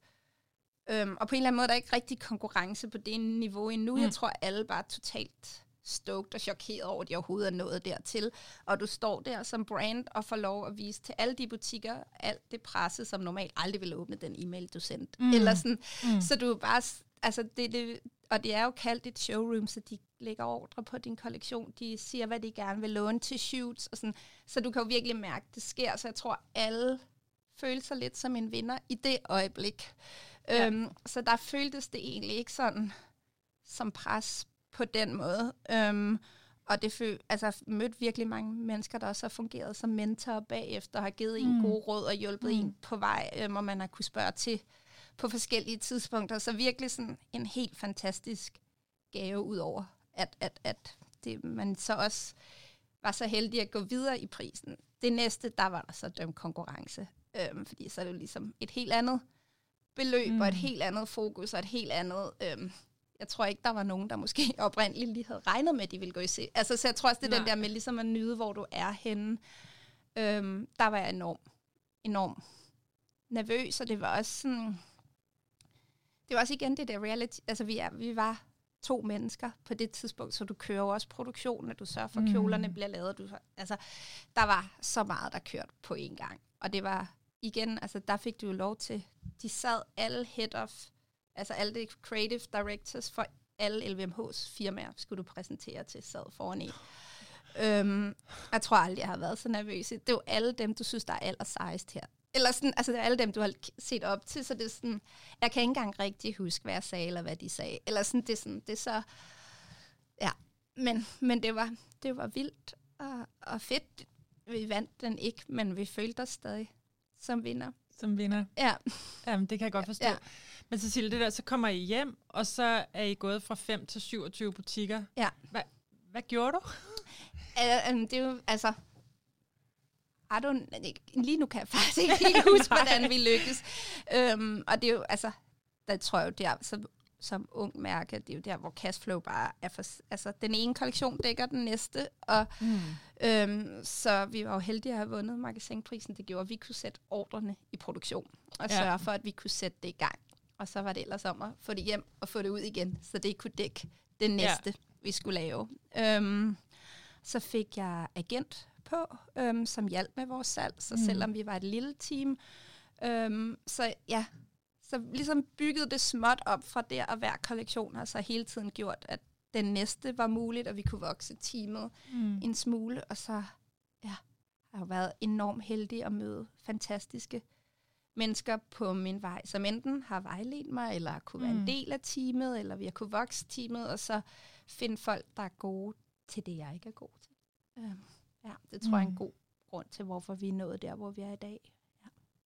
Speaker 1: Um, og på en eller anden måde, der er ikke rigtig konkurrence på det niveau endnu. Mm. Jeg tror, alle bare er totalt stoked og chokeret over, at de overhovedet er nået dertil. Og du står der som brand og får lov at vise til alle de butikker, alt det presse, som normalt aldrig ville åbne den e-mail, du sendte. Mm. Eller sådan. Mm. Så du er bare, altså det, det, og det er jo kaldt et showroom, så de lægger ordre på din kollektion. De siger, hvad de gerne vil låne til shoots. Og sådan. Så du kan jo virkelig mærke, at det sker. Så jeg tror, alle føler sig lidt som en vinder i det øjeblik. Ja. Øhm, så der føltes det egentlig ikke sådan som pres på den måde. Øhm, og det føl- altså mødte virkelig mange mennesker, der også har fungeret som mentor bagefter, og har givet mm. en god råd og hjulpet mm. en på vej, øhm, og man har kunne spørge til på forskellige tidspunkter. Så virkelig sådan en helt fantastisk gave, ud over at, at, at det, man så også var så heldig at gå videre i prisen. Det næste, der var der så dømt konkurrence, øhm, fordi så er det jo ligesom et helt andet beløb, mm. og et helt andet fokus, og et helt andet, øhm, jeg tror ikke, der var nogen, der måske oprindeligt lige havde regnet med, at de ville gå i se. Altså, så jeg tror også, det er den der med ligesom at nyde, hvor du er henne. Øhm, der var jeg enormt, enormt nervøs, og det var også sådan, det var også igen det der reality, altså vi, er, vi var to mennesker på det tidspunkt, så du kører også produktionen, og du sørger for, at mm. kjolerne bliver lavet. Du, altså, der var så meget, der kørte på en gang, og det var igen, altså der fik du jo lov til, de sad alle head of, altså alle de creative directors for alle L V M H's firmaer, skulle du præsentere til, sad foran i. Øhm, jeg tror aldrig, jeg har været så nervøs. Det er jo alle dem, du synes, der er allersejst her. Eller sådan, altså det er alle dem, du har set op til, så det er sådan, jeg kan ikke engang rigtig huske, hvad jeg sagde, eller hvad de sagde. Eller sådan, det er sådan, det er så, Ja, men, men det, var, det var vildt og, og fedt. Vi vandt den ikke, men vi følte os stadig som vinder.
Speaker 2: Som vinder?
Speaker 1: Ja.
Speaker 2: Jamen, det kan jeg godt forstå. Ja. Men Cecilie, det der, så kommer I hjem, og så er I gået fra fem til syvogtyve butikker.
Speaker 1: Ja.
Speaker 2: Hva, hvad gjorde du?
Speaker 1: Uh, um, det er jo, altså... I don't, lige nu kan jeg faktisk ikke helt huske, hvordan vi lykkes. Um, og det er jo, altså... Der tror jeg jo, der som, som ung mærke, det er jo der, hvor cashflow bare er for... Altså, den ene kollektion dækker den næste, og... Mm. Um, så vi var jo heldige at have vundet magasinprisen. Det gjorde, at vi kunne sætte ordrene i produktion, og ja. sørge for, at vi kunne sætte det i gang. Og så var det ellers om at få det hjem og få det ud igen, så det kunne dække det næste, ja. vi skulle lave. Um, så fik jeg agent på, um, som hjalp med vores salg, så mm. selvom vi var et lille team. Um, så ja, så ligesom byggede det småt op fra der, og hver kollektion har så hele tiden gjort, at den næste var muligt, og vi kunne vokse teamet mm. en smule. Og så ja, har jeg jo været enormt heldig at møde fantastiske mennesker på min vej, som enten har vejledt mig, eller kunne mm. være en del af teamet, eller vi har kunne vokse teamet, og så finde folk, der er gode til det, jeg ikke er god til. Um, ja, det tror mm. jeg er en god grund til, hvorfor vi er nået der, hvor vi er i dag. Ja.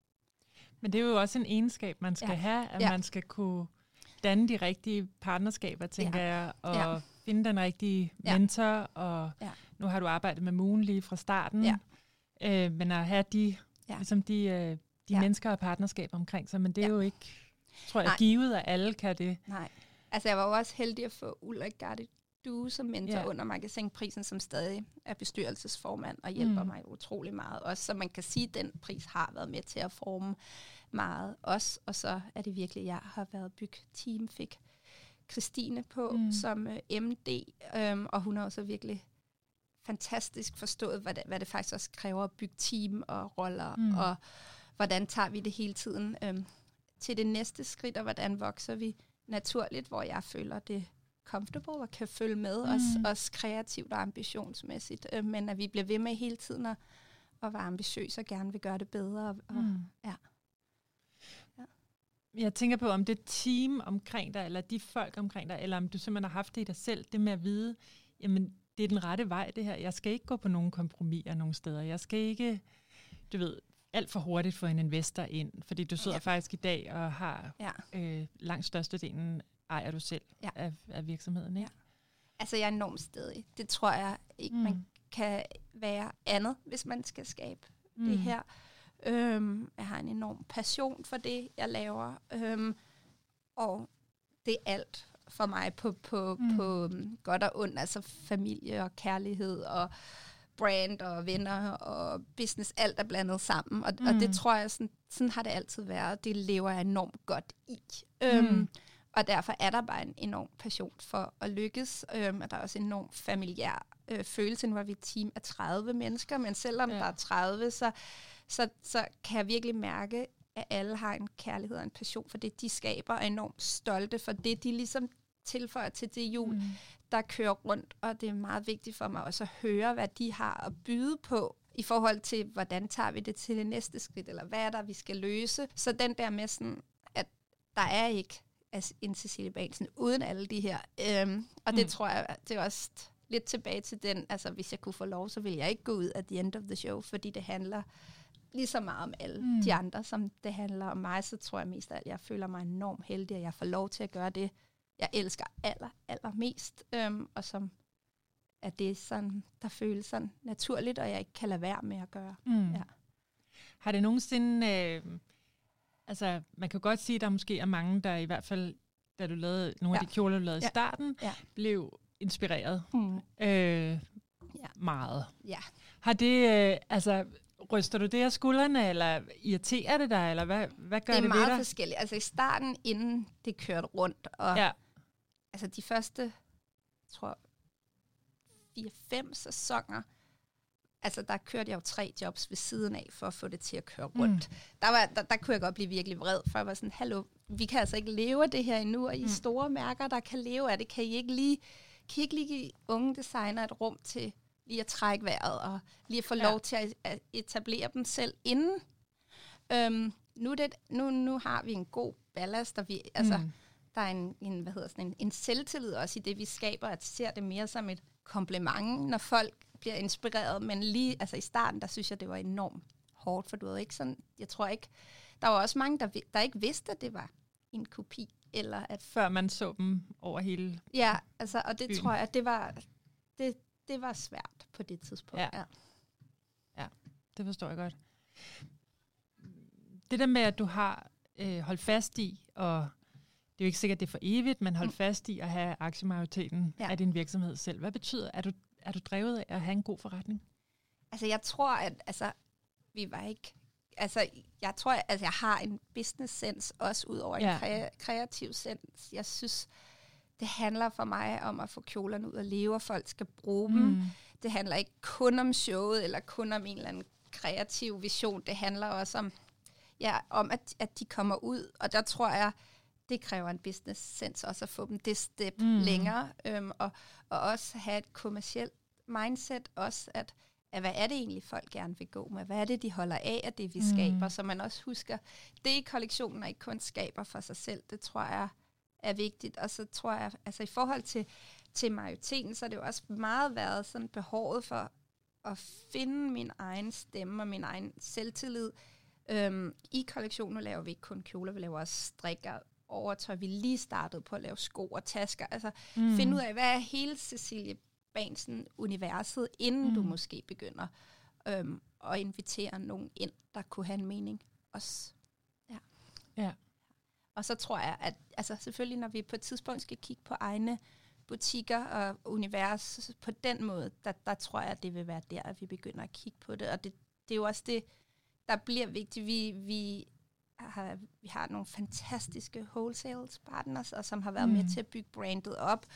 Speaker 2: Men det er jo også en egenskab, man skal ja. have, at ja. man skal kunne danne de rigtige partnerskaber, tænker ja. jeg, og ja. finde den rigtige ja. mentor, og ja. nu har du arbejdet med Moon lige fra starten, ja. øh, men at have de, ja. ligesom de, øh, de ja. mennesker og partnerskaber omkring sig, men det er ja. jo ikke, tror jeg, Nej. givet, at alle kan det.
Speaker 1: Nej, altså jeg var jo også heldig at få Ulrik Garde Du som mentor ja. under magasinprisen, som stadig er bestyrelsesformand og hjælper mm. mig utrolig meget. Også så man kan sige, at den pris har været med til at forme meget også. Og så er det virkelig, jeg har været bygteam, fik Christine på mm. som uh, M D, um, og hun har også virkelig fantastisk forstået, hvad det, hvad det faktisk også kræver at bygge team og roller, mm. og hvordan tager vi det hele tiden um, til det næste skridt, og hvordan vokser vi naturligt, hvor jeg føler det comfortable og kan følge med, mm. også, også kreativt og ambitionsmæssigt, øh, men at vi bliver ved med hele tiden at, at være ambitiøse og gerne vil gøre det bedre. Og, mm. ja. Ja.
Speaker 2: Jeg tænker på, om det team omkring dig, eller de folk omkring dig, eller om du simpelthen har haft det i dig selv, det med at vide, jamen, det er den rette vej, det her. Jeg skal ikke gå på nogen kompromiser nogen steder. Jeg skal ikke, du ved, alt for hurtigt få en investor ind, fordi du sidder ja. faktisk i dag og har ja. øh, langt størstedelen ejer du selv ja. af, af virksomheden, ikke? Ja.
Speaker 1: Altså, jeg er enormt stedig. Det tror jeg ikke, mm. man kan være andet, hvis man skal skabe mm. det her. Øhm, jeg har en enorm passion for det, jeg laver. Øhm, og det er alt for mig på, på, mm. på godt og ondt. Altså familie og kærlighed og brand og venner og business. Alt er blandet sammen. Og, mm. og det tror jeg, sådan, sådan har det altid været. Det lever jeg enormt godt i. Mm. Øhm, Og derfor er der bare en enorm passion for at lykkes, øhm, og der er også en enorm familiær øh, følelse. Nu er vi et team af tredive mennesker, men selvom ja. der er tredive, så, så, så kan jeg virkelig mærke, at alle har en kærlighed og en passion for det, de skaber, og er enormt stolte for det, de ligesom tilføjer til det hjul, mm. der kører rundt. Og det er meget vigtigt for mig også at høre, hvad de har at byde på, i forhold til, hvordan tager vi det til det næste skridt, eller hvad er der, vi skal løse. Så den der med sådan, at der er ikke en Cecilie Bahnsen uden alle de her. Øhm, og det mm. tror jeg, det er også lidt tilbage til den, altså hvis jeg kunne få lov, så ville jeg ikke gå ud at the end of the show, fordi det handler lige så meget om alle mm. de andre, som det handler om mig, så tror jeg mest af alt, jeg føler mig enormt heldig, at jeg får lov til at gøre det, jeg elsker aller, aller mest, øhm, og som at det er sådan, der føles sådan naturligt, og jeg ikke kan lade være med at gøre. Mm. Ja.
Speaker 2: Har det nogensinde... Øh Altså, man kan godt sige, at der måske er mange, der i hvert fald, da du lavede nogle ja. af de kjoler, du lavede ja. i starten, ja. blev inspireret mm. øh, ja. meget.
Speaker 1: Ja.
Speaker 2: Har det, øh, altså, ryster du det af skuldrene, eller irriterer det dig, eller hvad, hvad gør det ved dig?
Speaker 1: Det er meget forskelligt. Altså i starten, inden det kørte rundt, og ja. altså de første, jeg tror, fire fem sæsoner, altså, der kørte jeg jo tre jobs ved siden af, for at få det til at køre rundt. Mm. Der, var, der, der kunne jeg godt blive virkelig vred, for jeg var sådan, hallo, vi kan altså ikke leve af det her endnu, og I mm. store mærker, der kan leve af det, kan I ikke lige, kan I ikke lige give unge designer et rum til lige at trække vejret, og lige at få ja. lov til at, at etablere dem selv inden. Øhm, nu, det, nu, nu har vi en god ballast, og vi, altså, mm. der er en, en, hvad hedder sådan en, en selvtillid også i det, vi skaber, at ser det mere som et kompliment, når folk bliver inspireret. Men lige altså i starten, der synes jeg, det var enormt hårdt, for du ved ikke sådan, jeg tror ikke, der var også mange, der, der ikke vidste, at det var en kopi. Eller at,
Speaker 2: før man så dem over hele
Speaker 1: ja, altså, og det
Speaker 2: byen.
Speaker 1: tror jeg, det var, det, det var svært på det tidspunkt.
Speaker 2: Ja.
Speaker 1: Ja.
Speaker 2: Ja, det forstår jeg godt. Det der med, at du har øh, holdt fast i, og det er jo ikke sikkert, det er for evigt, men holdt mm. fast i at have aktiemajoriteten ja. af din virksomhed selv. Hvad betyder, er du, er du drevet af at have en god forretning?
Speaker 1: Altså, jeg tror, at altså, vi var ikke... Altså, jeg tror, at altså, jeg har en business sense, også ud over ja. en kre- kreativ sense. Jeg synes, det handler for mig om at få kjolerne ud og leve, og folk skal bruge mm. dem. Det handler ikke kun om showet, eller kun om en eller anden kreativ vision. Det handler også om, ja, om at, at de kommer ud, og der tror jeg, det kræver en business sense også at få dem det step mm. længere, øhm, og, og også have et kommercielt mindset, også at, at hvad er det egentlig, folk gerne vil gå med? Hvad er det, de holder af af det, vi mm. skaber? Så man også husker, det i kollektionen er ikke kun skaber for sig selv, det tror jeg er vigtigt. Og så tror jeg, altså i forhold til, til majoriteten, så er det jo også meget været sådan behovet for at finde min egen stemme og min egen selvtillid. Øhm, I kollektionen laver vi ikke kun kjoler, vi laver også strikker, overtøj. Vi lige startede på at lave sko og tasker. Altså mm. finde ud af, hvad er hele Cecilie Bahnsen-universet, inden mm. du måske begynder øhm, at invitere nogen ind, der kunne have en mening også. Ja.
Speaker 2: Ja.
Speaker 1: Og så tror jeg, at altså, selvfølgelig, når vi på et tidspunkt skal kigge på egne butikker og univers på den måde, der, der tror jeg, at det vil være der, at vi begynder at kigge på det. Og det, det er jo også det, der bliver vigtigt. Vi, vi, har, vi har nogle fantastiske wholesale partners, og som har været mm. med til at bygge brandet op.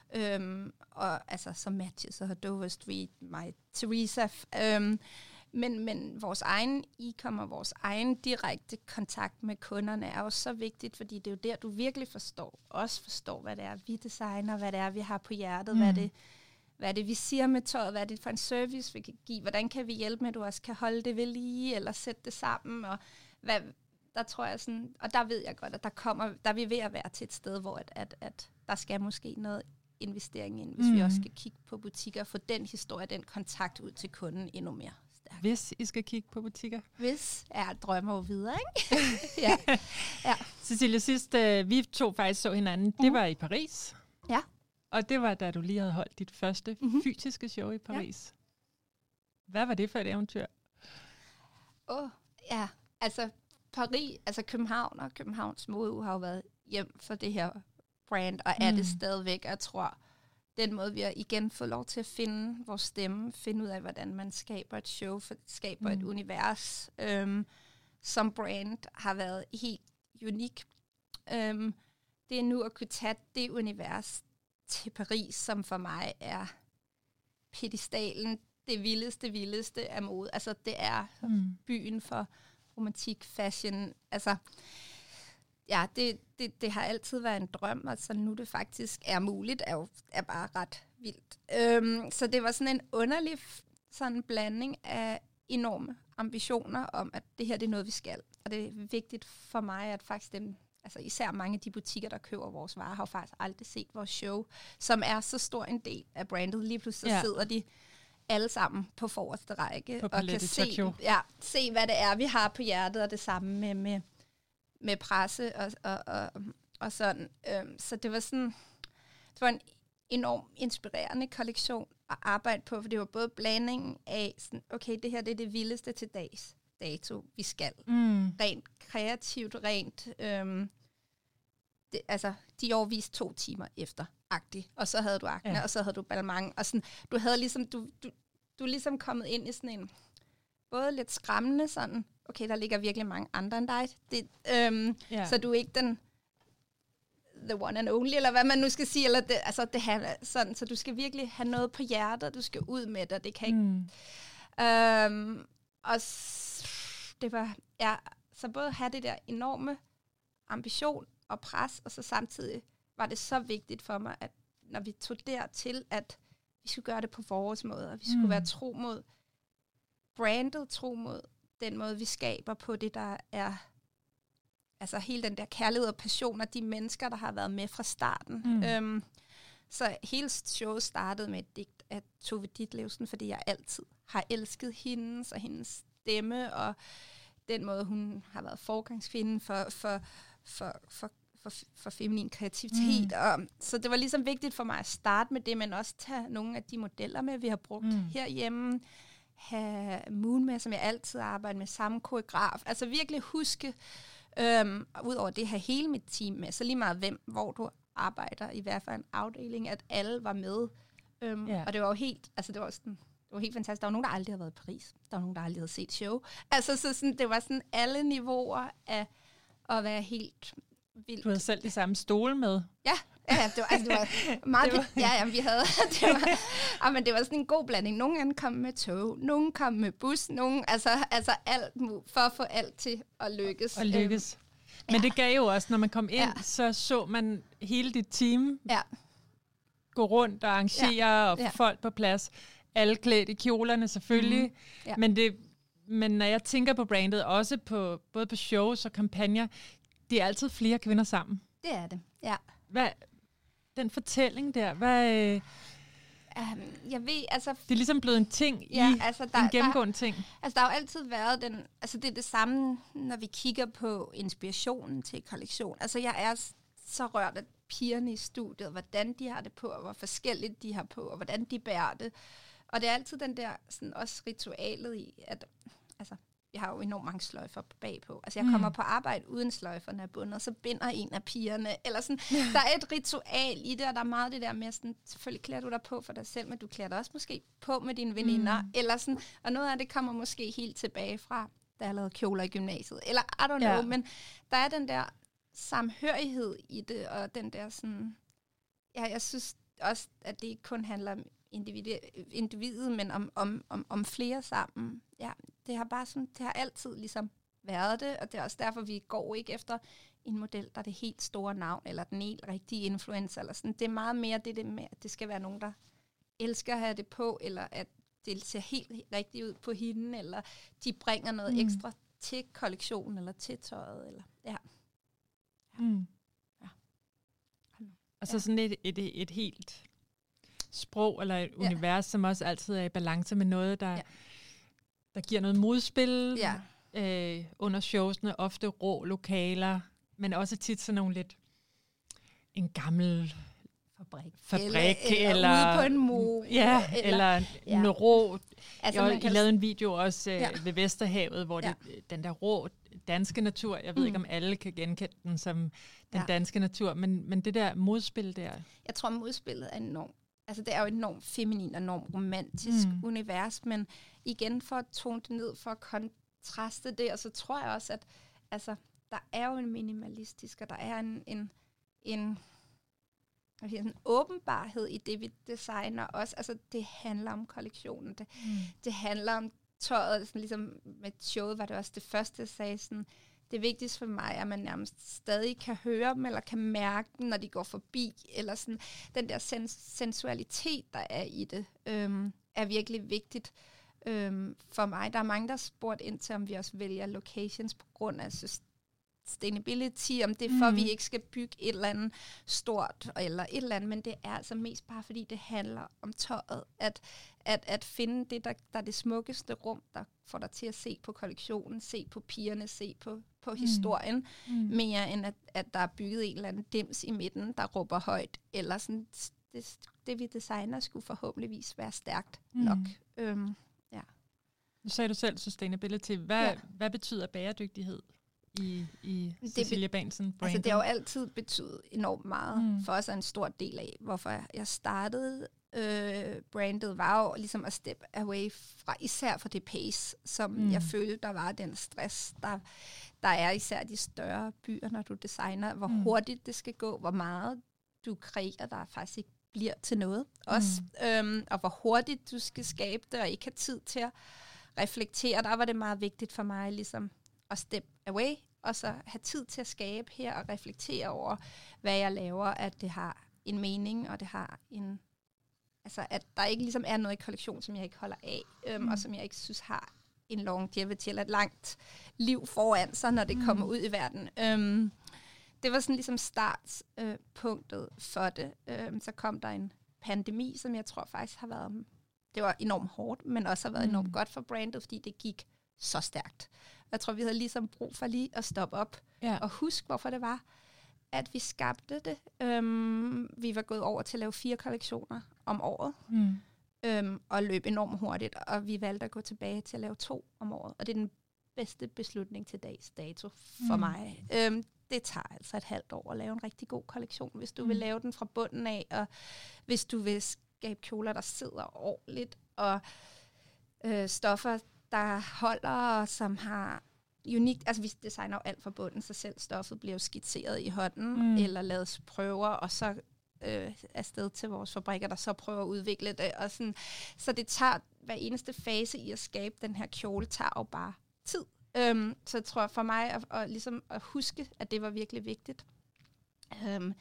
Speaker 1: Øhm, og altså som Matches og Dover Street, My Teresa. Øhm, men, men vores egen e-com og vores egen direkte kontakt med kunderne er jo så vigtigt, fordi det er jo der, du virkelig forstår, også forstår, hvad det er, vi designer, hvad det er, vi har på hjertet, mm. hvad, det, hvad er det, vi siger med tøjet, hvad er det for en service, vi kan give, hvordan kan vi hjælpe med, at du også kan holde det ved lige, eller sætte det sammen, og hvad, der tror jeg sådan, og der ved jeg godt, at der kommer, der er vi ved at være til et sted, hvor at, at, at der skal måske noget investering ind, hvis mm. vi også skal kigge på butikker og få den historie, den kontakt ud til kunden endnu mere stærkt.
Speaker 2: Hvis I skal kigge på butikker?
Speaker 1: Hvis, jeg drømmer jo videre, ikke? ja. ja.
Speaker 2: Cecilie, sidst uh, vi to faktisk så hinanden, mm. det var i Paris.
Speaker 1: Ja.
Speaker 2: Og det var, da du lige havde holdt dit første mm-hmm. fysiske show i Paris. Ja. Hvad var det for et eventyr?
Speaker 1: Åh, oh, ja. Altså, Paris, altså København og Københavns modeuge har jo været hjem for det her brand, og er mm. det stadigvæk. Jeg tror, den måde, vi har igen fået lov til at finde vores stemme, finde ud af, hvordan man skaber et show, skaber mm. et univers, øhm, som brand har været helt unik. Øhm, det er nu at kunne tage det univers til Paris, som for mig er pedestalen, det vildeste, vildeste af mode. Altså, det er mm. byen for romantik, fashion, altså ja, det, det, det har altid været en drøm, og så nu det faktisk er muligt, er jo er bare ret vildt. Øhm, så det var sådan en underlig sådan blanding af enorme ambitioner om, at det her det er noget, vi skal. Og det er vigtigt for mig, at faktisk dem, altså især mange af de butikker, der køber vores varer, har jo faktisk aldrig set vores show, som er så stor en del af brandet. Lige pludselig ja. sidder de alle sammen på forreste række,
Speaker 2: på
Speaker 1: og kan se, ja, se, hvad det er, vi har på hjertet, og det samme med, med med presse og, og, og, og sådan. Øhm, så det var sådan, det var en enormt inspirerende kollektion at arbejde på, for det var både blandingen af, sådan, okay, det her det er det vildeste til dags dato, vi skal. Mm. Rent kreativt, rent, øhm, det, altså, de overviste to timer efter agtigt, og så havde du Akne, ja. og så havde du Balmain, og sådan, du havde ligesom, du, du, du er ligesom kommet ind i sådan en, både lidt skræmmende sådan, okay, der ligger virkelig mange andre end dig. Det, øhm, yeah. Så du er ikke den the one and only, eller hvad man nu skal sige. Eller det, altså, det her, sådan, så du skal virkelig have noget på hjertet, du skal ud med det, det kan ikke. Mm. Øhm, og s- det var, ja, så både have det der enorme ambition og pres, og så samtidig var det så vigtigt for mig, at når vi tog dertil, at vi skulle gøre det på vores måde, og vi skulle mm. være tro mod brandet, tro mod den måde, vi skaber på det, der er altså hele den der kærlighed og passion og de mennesker, der har været med fra starten. Mm. Øhm, så hele showet startede med et digt af Tove Ditlevsen, fordi jeg altid har elsket hendes og hendes stemme, og den måde, hun har været forgangskvinde for, for, for, for, for, for feminin kreativitet. Mm. Og, så det var ligesom vigtigt for mig at starte med det, men også tage nogle af de modeller med, vi har brugt mm. herhjemme. Have Moon med, som jeg altid arbejder med, samme koreograf. Altså virkelig huske, øhm, udover det, have hele mit team med, så lige meget hvem, hvor du arbejder, i hvert fald en afdeling, at alle var med. Øhm, yeah. Og det var jo helt, altså det var sådan, det var helt fantastisk. Der var nogen, der aldrig havde været i Paris. Der var nogen, der aldrig havde set show. Altså så sådan, det var sådan alle niveauer af at være helt vildt.
Speaker 2: Du havde selv de samme stole med.
Speaker 1: Ja. Ja, det var, altså, det var meget... det var, ja, ja, vi havde... Det var, ah, men det var sådan en god blanding. Nogle gange kom med tog, nogle kom med bus, nogle... Altså, altså alt for at få alt til at lykkes.
Speaker 2: Og lykkes. Øhm, men ja. Det gav jo også, når man kom ind, ja. så så man hele dit team
Speaker 1: ja.
Speaker 2: gå rundt og arrangere ja. og få ja. folk på plads. Alle klædt i kjolerne selvfølgelig. Mm-hmm. Ja. Men, det, men når jeg tænker på brandet, også på både på shows og kampagner, det er altid flere kvinder sammen.
Speaker 1: Det er det, ja.
Speaker 2: Hvad... Den fortælling der, hvad... Øh,
Speaker 1: um, jeg ved, altså...
Speaker 2: Det er ligesom blevet en ting
Speaker 1: ja,
Speaker 2: i,
Speaker 1: altså, der,
Speaker 2: en gennemgående
Speaker 1: der,
Speaker 2: ting.
Speaker 1: Altså, der har jo altid været den... Altså, det er det samme, når vi kigger på inspirationen til kollektion. Altså, jeg er så rørt af pigerne i studiet, hvordan de har det på, og hvor forskelligt de har på, og hvordan de bærer det. Og det er altid den der, sådan også ritualet i, at... Altså, jeg har jo enormt mange sløjfer bagpå. Altså, jeg kommer mm. på arbejde uden sløjferne er bundet, så binder en af pigerne. Eller sådan. Der er et ritual i det, og der er meget det der med, sådan, selvfølgelig klæder du dig på for dig selv, men du klæder dig også måske på med dine veninder. Mm. Eller sådan, og noget af det kommer måske helt tilbage fra, da jeg lavede kjoler i gymnasiet. Eller I don't know, ja. Men der er den der samhørighed i det, og den der sådan... Ja, jeg synes også, at det ikke kun handler om individet, individet men om, om, om, om flere sammen. Ja, det har bare sådan, det har altid ligesom været det, og det er også derfor, vi går ikke efter en model, der er det helt store navn, eller den helt rigtige influencer, eller sådan. Det er meget mere det, det med, at det skal være nogen, der elsker at have det på, eller at det ser helt rigtigt ud på hende, eller de bringer noget mm. ekstra til kollektionen, eller til tøjet, eller ja. ja.
Speaker 2: Mm. ja. Og så sådan et, et, et helt sprog, eller et ja. univers, som også altid er i balance med noget, der... Ja. Der giver noget modspil ja. øh, under showsene, ofte rå lokaler, men også tit sådan nogle lidt en gammel
Speaker 1: fabrik,
Speaker 2: fabrik
Speaker 1: eller, eller, eller ude på en mo,
Speaker 2: ja, eller, eller ja. en rå.
Speaker 1: Altså,
Speaker 2: jeg, jeg lavede en video også øh, ja. ved Vesterhavet, hvor ja. det, den der rå danske natur, jeg ved mm. ikke om alle kan genkende den som den ja. danske natur, men, men det der modspil der.
Speaker 1: Jeg tror modspillet er enormt. Altså det er jo et enormt feminin og enormt romantisk mm. univers, men igen for at tone det ned, for at kontraste det, og så tror jeg også, at altså, der er jo en minimalistisk, og der er en, en, en, en åbenbarhed i det, vi designer også. Altså det handler om kollektionen, det, mm. det handler om tøjet, sådan, ligesom med showet var det også det første, jeg sagde sådan, det vigtigste for mig er, at man nærmest stadig kan høre dem, eller kan mærke dem, når de går forbi, eller sådan, den der sens- sensualitet, der er i det, øhm, er virkelig vigtigt øhm, for mig. Der er mange, der har spurgt ind til, om vi også vælger locations på grund af sustainability, om det er for, mm. at vi ikke skal bygge et eller andet stort, eller et eller andet, men det er altså mest bare, fordi det handler om tøjet, at, at, at finde det, der, der er det smukkeste rum, der får dig til at se på kollektionen, se på pigerne, se på, på mm. historien, mm. mere end at, at der er bygget en eller anden dims i midten, der råber højt, eller sådan, det, det vi designer skulle forhåbentligvis være stærkt mm. nok. Øhm, ja.
Speaker 2: Nu sagde du selv sustainability. Hvad, ja. hvad betyder bæredygtighed i, i Cecilie Bahnsen brandet?
Speaker 1: Altså det har jo altid betydet enormt meget. Mm. For os er en stor del af, hvorfor jeg startede øh, brandet, var jo ligesom at step away fra, især fra det pace, som mm. jeg følte, der var den stress, der, der er især de større byer, når du designer, hvor mm. hurtigt det skal gå, hvor meget du kreerer, der faktisk ikke bliver til noget. Også, mm. øhm, og hvor hurtigt du skal skabe det, og ikke have tid til at reflektere. Der var det meget vigtigt for mig ligesom at step away, og så have tid til at skabe her, og reflektere over, hvad jeg laver, at det har en mening, og det har en... Altså, at der ikke ligesom er noget i kollektion, som jeg ikke holder af, øhm, mm. og som jeg ikke synes har en longevity eller et langt liv foran sig, når det mm. kommer ud i verden. Øhm, det var sådan ligesom startpunktet øh, for det. Øhm, så kom der en pandemi, som jeg tror faktisk har været, det var enormt hårdt, men også har været mm. enormt godt for brandet, fordi det gik så stærkt. Jeg tror, vi havde ligesom brug for lige at stoppe op ja. og huske, hvorfor det var, at vi skabte det. Øhm, vi var gået over til at lave fire kollektioner om året, mm. øhm, og løb enormt hurtigt, og vi valgte at gå tilbage til at lave to om året, og det er den bedste beslutning til dags dato for mm. mig. Øhm, det tager altså et halvt år at lave en rigtig god kollektion, hvis du mm. vil lave den fra bunden af, og hvis du vil skabe kjoler, der sidder ordentligt, og øh, stoffer, der holder, og som har unikt, altså vi designer jo alt fra bunden, så selv stoffet bliver jo skitseret i hånden, mm. eller lavet prøver, og så øh, afsted til vores fabrikker, der så prøver at udvikle det. Og sådan. Så det tager, hver eneste fase i at skabe den her kjole, tager jo bare tid. Um, så jeg tror for mig, at, at, ligesom at huske, at det var virkelig vigtigt. Um,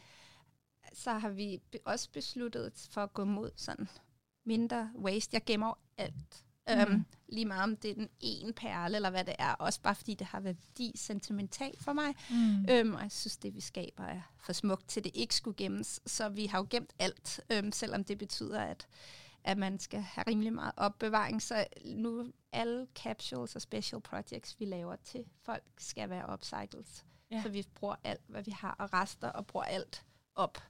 Speaker 1: så har vi be- også besluttet for at gå mod sådan mindre waste. Jeg gemmer jo alt. Mm. Um, lige meget om det er den ene perle, eller hvad det er. Også bare fordi det har værdi sentimentalt for mig. Mm. Um, og jeg synes, det vi skaber er for smukt til det ikke skulle gemmes. Så vi har jo gemt alt, um, selvom det betyder, at, at man skal have rimelig meget opbevaring. Så nu alle capsules og special projects, vi laver til folk, skal være upcycled. Ja. Så vi bruger alt, hvad vi har, og rester, og bruger alt op.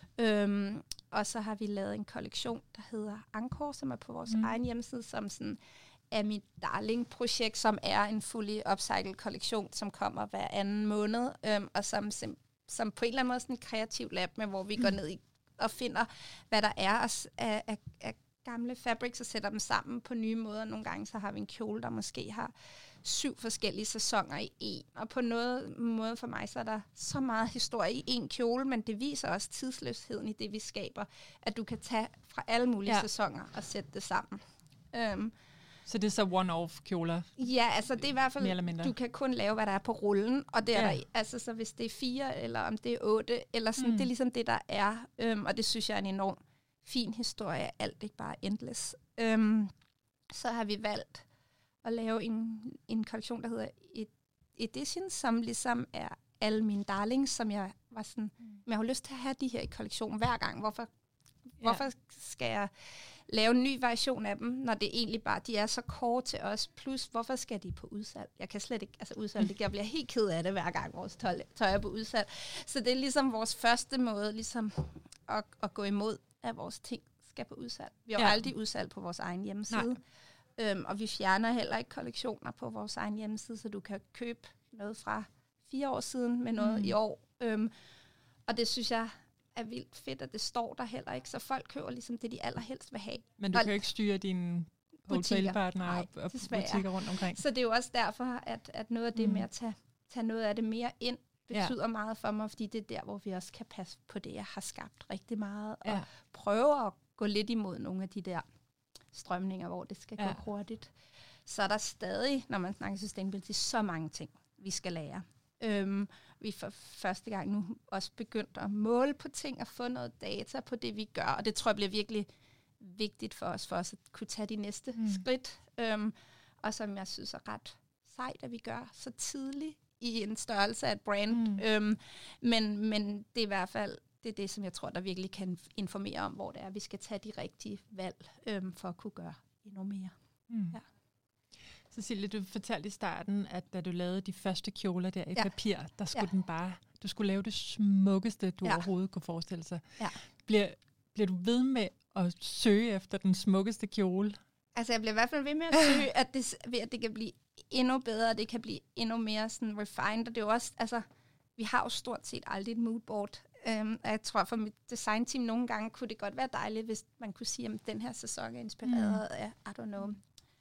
Speaker 1: Um, og så har vi lavet en kollektion, der hedder Angkor, som er på vores mm. egen hjemmeside, som sådan er mit darling-projekt, som er en fully upcycled kollektion, som kommer hver anden måned, um, og som, som, som på en eller anden måde sådan en kreativ lab med, hvor vi mm. går ned i og finder, hvad der er af, af, af gamle fabrics, og sætter dem sammen på nye måder. Nogle gange så har vi en kjole, der måske har syv forskellige sæsoner i en. Og på noget måde for mig, så er der så meget historie i en kjole, men det viser også tidsløsheden i det, vi skaber. At du kan tage fra alle mulige ja. sæsoner og sætte det sammen. Um,
Speaker 2: så det er så one-off kjoler?
Speaker 1: Ja, altså det er i hvert fald, du kan kun lave, hvad der er på rullen, og det er ja. der, altså så hvis det er fire, eller om det er otte, eller sådan, mm. det er ligesom det, der er. Um, og det synes jeg er en enorm fin historie. Alt ikke bare endless. Um, så har vi valgt at lave en, en kollektion, der hedder Edition, som ligesom er alle mine darlings, som jeg var sådan, mm. men jeg har lyst til at have de her i kollektionen hver gang. Hvorfor, yeah. hvorfor skal jeg lave en ny variation af dem, når det egentlig bare, de er så kort til os, plus hvorfor skal de på udsalg? Jeg kan slet ikke, altså udsalg, det, jeg bliver helt ked af det hver gang, vores tøj, tøj er på udsalg. Så det er ligesom vores første måde, ligesom at, at gå imod, at vores ting skal på udsalg. Vi har jo ja. aldrig udsalg på vores egen hjemmeside. Øhm, og vi fjerner heller ikke kollektioner på vores egen hjemmeside, så du kan købe noget fra fire år siden med noget mm. i år. Øhm, og det synes jeg er vildt fedt, at det står der heller ikke, så folk køber ligesom det, de allerhelst vil have.
Speaker 2: Men du og kan jo ikke styre dine wholesale-partnere og, og butikker rundt omkring.
Speaker 1: Så det er jo også derfor, at, at noget af det mm. med at tage, tage noget af det mere ind, betyder ja. meget for mig, fordi det er der, hvor vi også kan passe på det, jeg har skabt rigtig meget, og ja. prøve at gå lidt imod nogle af de der strømninger, hvor det skal ja. gå hurtigt. Så er der stadig, når man snakker sustainability, så mange ting, vi skal lære. Øhm, vi for første gang nu også begyndt at måle på ting og få noget data på det, vi gør, og det tror jeg bliver virkelig vigtigt for os, for os at kunne tage de næste mm. skridt, øhm, og som jeg synes er ret sejt, at vi gør så tidligt i en størrelse af et brand. Mm. Øhm, men, men det er i hvert fald det er det, som jeg tror, der virkelig kan informere om, hvor det er, vi skal tage de rigtige valg øhm, for at kunne gøre endnu mere. Mm. Ja.
Speaker 2: Cecilie, du fortalte i starten, at da du lavede de første kjoler der i ja. papir, der skulle ja. den bare, du skulle lave det smukkeste, du ja. overhovedet kunne forestille sig. Ja. Bliver, bliver du ved med at søge efter den smukkeste kjole?
Speaker 1: Altså, jeg bliver i hvert fald ved med at søge, at det, at det kan blive endnu bedre, og det kan blive endnu mere sådan refined, og det er jo også, altså, vi har jo stort set aldrig et moodboard. Um, jeg tror, for mit designteam nogle gange kunne det godt være dejligt, hvis man kunne sige, at den her sæson er inspireret mm. af, I don't know,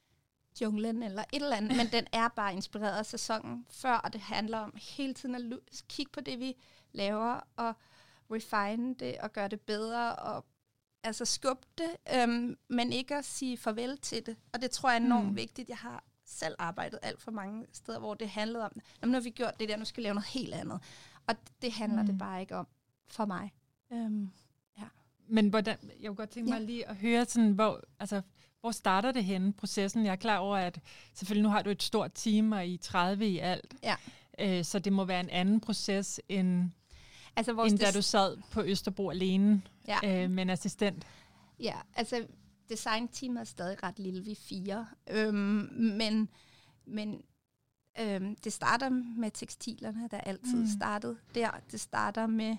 Speaker 1: junglen eller et eller andet, men den er bare inspireret af sæsonen før, og det handler om hele tiden at kigge på det, vi laver, og refine det, og gøre det bedre, og altså skubbe det, um, men ikke at sige farvel til det. Og det tror jeg er enormt mm. vigtigt. Jeg har selv arbejdet alt for mange steder, hvor det handlede om, nu har vi gjort det der, nu skal vi lave noget helt andet. Og det handler mm. det bare ikke om for mig. Um, ja.
Speaker 2: Men hvordan, jeg kunne godt tænke mig ja. lige at høre, sådan, hvor, altså, Hvor starter det henne, processen? Jeg er klar over, at selvfølgelig nu har du et stort team, og I er tredive i alt.
Speaker 1: Ja.
Speaker 2: Øh, så det må være en anden proces, end,
Speaker 1: altså,
Speaker 2: end da du sad på Østerbro alene
Speaker 1: ja.
Speaker 2: øh, med en assistent.
Speaker 1: Ja, altså designteamet er stadig ret lille, vi er fire. Øhm, men men øhm, det starter med tekstilerne, der altid mm. startede der. Det starter med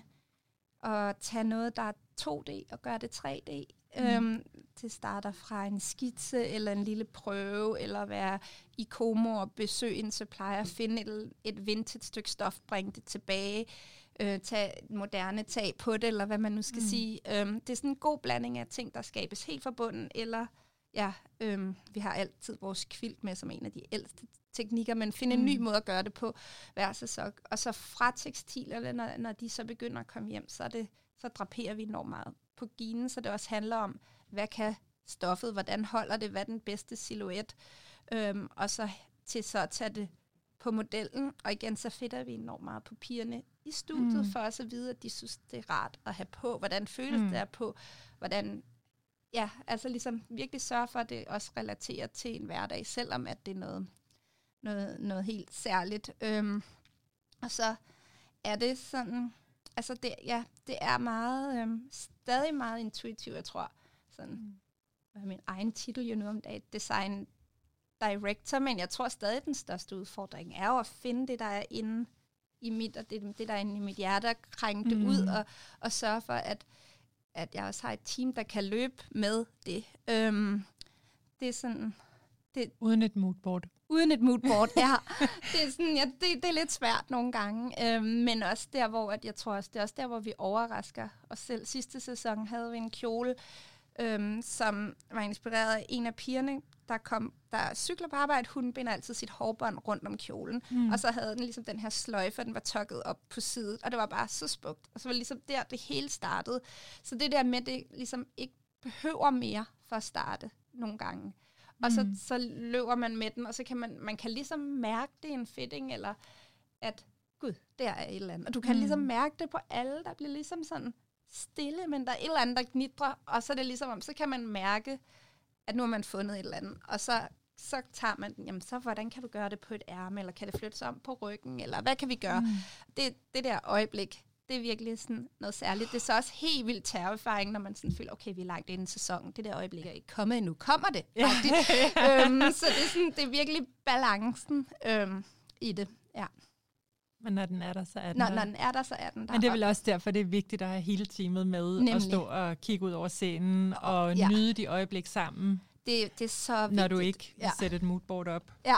Speaker 1: at tage noget, der er to D, og gøre det tre D. Mm. Øhm, det starter fra en skitse, eller en lille prøve, eller være i Como og besøge en supplier, finde et, et vintage stykke stof, bringe det tilbage, øh, tage moderne tag på det, eller hvad man nu skal mm. sige. Øhm, det er sådan en god blanding af ting, der skabes helt fra bunden, eller ja, øhm, vi har altid vores kvilt med som en af de ældste teknikker, men finde mm. en ny måde at gøre det på hver sæson. Og så fra tekstilerne, når, når de så begynder at komme hjem, så, er det, så draperer vi enormt meget på ginen, så det også handler om, hvad kan stoffet, hvordan holder det, hvad er den bedste silhuet, øhm, og så til så at tage det på modellen, og igen så fedter vi enormt meget på pigerne i studiet, mm. for også at vide, at de synes, det er rart at have på, hvordan føles mm. det er på, hvordan, ja, altså ligesom virkelig sørge for, at det også relaterer til en hverdag, selvom at det er noget, noget, noget helt særligt. Øhm, og så er det sådan, altså det, ja, det er meget, øhm, stadig meget intuitivt, jeg tror, sådan, mm. hvad er min egen titel jo nu om dagen, design director, men jeg tror stadig, den største udfordring er jo at finde det, der er inde i mit, og det, det der er inde i mit hjerte, og krænge det mm. ud, og, og sørge for, at, at jeg også har et team, der kan løbe med det. Øhm, det er sådan... Det,
Speaker 2: uden et moodboard.
Speaker 1: Uden et moodboard, ja. Det er, sådan, ja, det, det er lidt svært nogle gange, øhm, men også der, hvor at jeg tror også, det er også der, hvor vi overrasker os selv. Sidste sæson havde vi en kjole, øhm, som var inspireret af en af pigerne, der kom, der cykler på arbejde. Hun binder altid sit hårbånd rundt om kjolen, mm. og så havde den ligesom den her sløjfe, den var tukket op på siden, og det var bare så smukt. Og så var det ligesom der, det hele startede. Så det der med, det ligesom ikke behøver mere for at starte nogle gange. Og så, mm. så løber man med den, og så kan man, man kan ligesom mærke det i en fitting, eller at, gud, der er et eller andet. Og du kan mm. ligesom mærke det på alle, der bliver ligesom sådan stille, men der er et eller andet, der gnitrer, og så er det ligesom om, så kan man mærke, at nu har man fundet et eller andet, og så, så tager man den, jamen så hvordan kan du gøre det på et ærme, eller kan det flyttes om på ryggen, eller hvad kan vi gøre? Mm. Det, det der øjeblik, det er virkelig sådan noget særligt. Det er så også helt vildt terrifying, når man sådan føler, okay, vi er langt inde i sæsonen. Det der øjeblik er ikke kommet endnu. Kommer det? Ja. øhm, så det er, sådan, det er virkelig balancen øhm, i det. Ja.
Speaker 2: Men når den er der, så er den
Speaker 1: når,
Speaker 2: der.
Speaker 1: Når den er der, så er den der.
Speaker 2: Men det er vel også derfor, det er vigtigt at have hele teamet med, Nemlig. Og stå og kigge ud over scenen, og ja. Nyde de øjeblik sammen.
Speaker 1: Det, det er så vigtigt.
Speaker 2: Når du ikke ja. Sætter et moodboard op.
Speaker 1: Ja.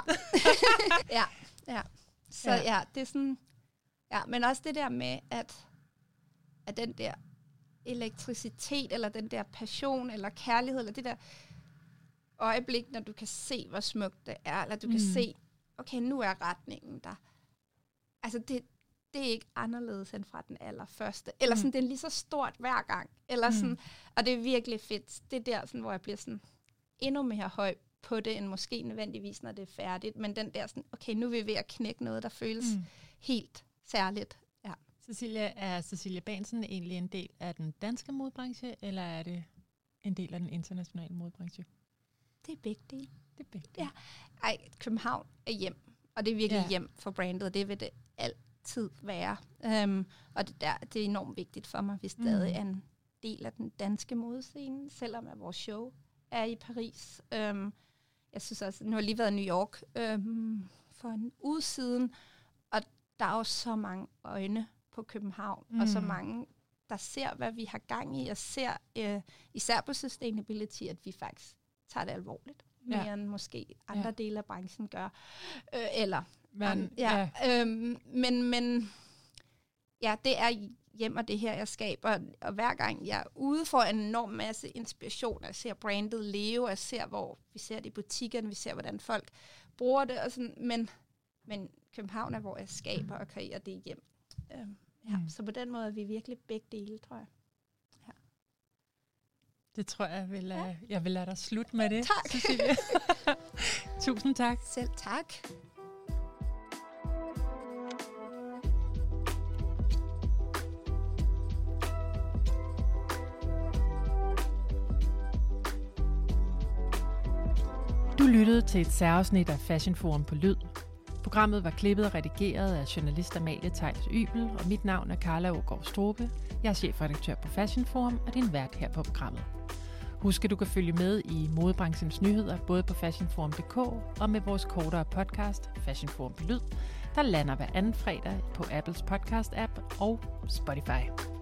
Speaker 1: ja. ja. Så ja. ja, det er sådan... Ja, men også det der med, at, at den der elektricitet, eller den der passion, eller kærlighed, eller det der øjeblik, når du kan se, hvor smukt det er, eller du mm. kan se, okay, nu er retningen der. Altså, det, det er ikke anderledes end fra den allerførste. Eller sådan, mm. det er lige så stort hver gang. Eller sådan, mm. og det er virkelig fedt. Det er der, sådan, hvor jeg bliver sådan endnu mere høj på det, end måske nødvendigvis, når det er færdigt. Men den der sådan, okay, nu er vi ved at knække noget, der føles mm. helt særligt. Ja.
Speaker 2: Cecilia, er Cecilia Bahnsen egentlig en del af den danske modebranche, eller er det en del af den internationale modebranche?
Speaker 1: Det er begge dele.
Speaker 2: Det er begge dele.
Speaker 1: Ja. Ej, København er hjem, og det er virkelig ja. Hjem for brandet, og det vil det altid være. Um, og det, der, det er enormt vigtigt for mig, at vi stadig mm. er en del af den danske modescene, selvom at vores show er i Paris. Um, jeg synes også, nu har jeg lige været i New York um, for en uge siden, og der er jo så mange øjne på København, mm. og så mange, der ser, hvad vi har gang i, og ser uh, især på sustainability, at vi faktisk tager det alvorligt, mere ja. End måske andre ja. Dele af branchen gør. Uh, eller,
Speaker 2: men,
Speaker 1: um, ja, ja. Um, men, men ja, det er hjem og det her, jeg skaber, og hver gang jeg er ude for en enorm masse inspiration, jeg ser brandet leve, jeg ser, hvor vi ser det i butikkerne, vi ser, hvordan folk bruger det, og sådan, men, men København er, hvor jeg skaber og kreerer det hjem. Um, ja, mm. Så på den måde er vi virkelig begge dele, tror jeg. Ja.
Speaker 2: Det tror jeg, vil, ja. Jeg vil lade dig slutte med det,
Speaker 1: tak.
Speaker 2: Cecilia. Tusind tak.
Speaker 1: Selv tak.
Speaker 2: Du lyttede til et særafsnit af Fashion Forum på Lyd. Programmet var klippet og redigeret af journalist Amalie Theils Ybel, og mit navn er Carla Aagaard Strobe. Jeg er chefredaktør på Fashion Forum og din vært her på programmet. Husk, at du kan følge med i modebranchens nyheder både på fashionforum punktum d k og med vores kortere podcast Fashion Forum på Lyd, der lander hver anden fredag på Apples podcast-app og Spotify.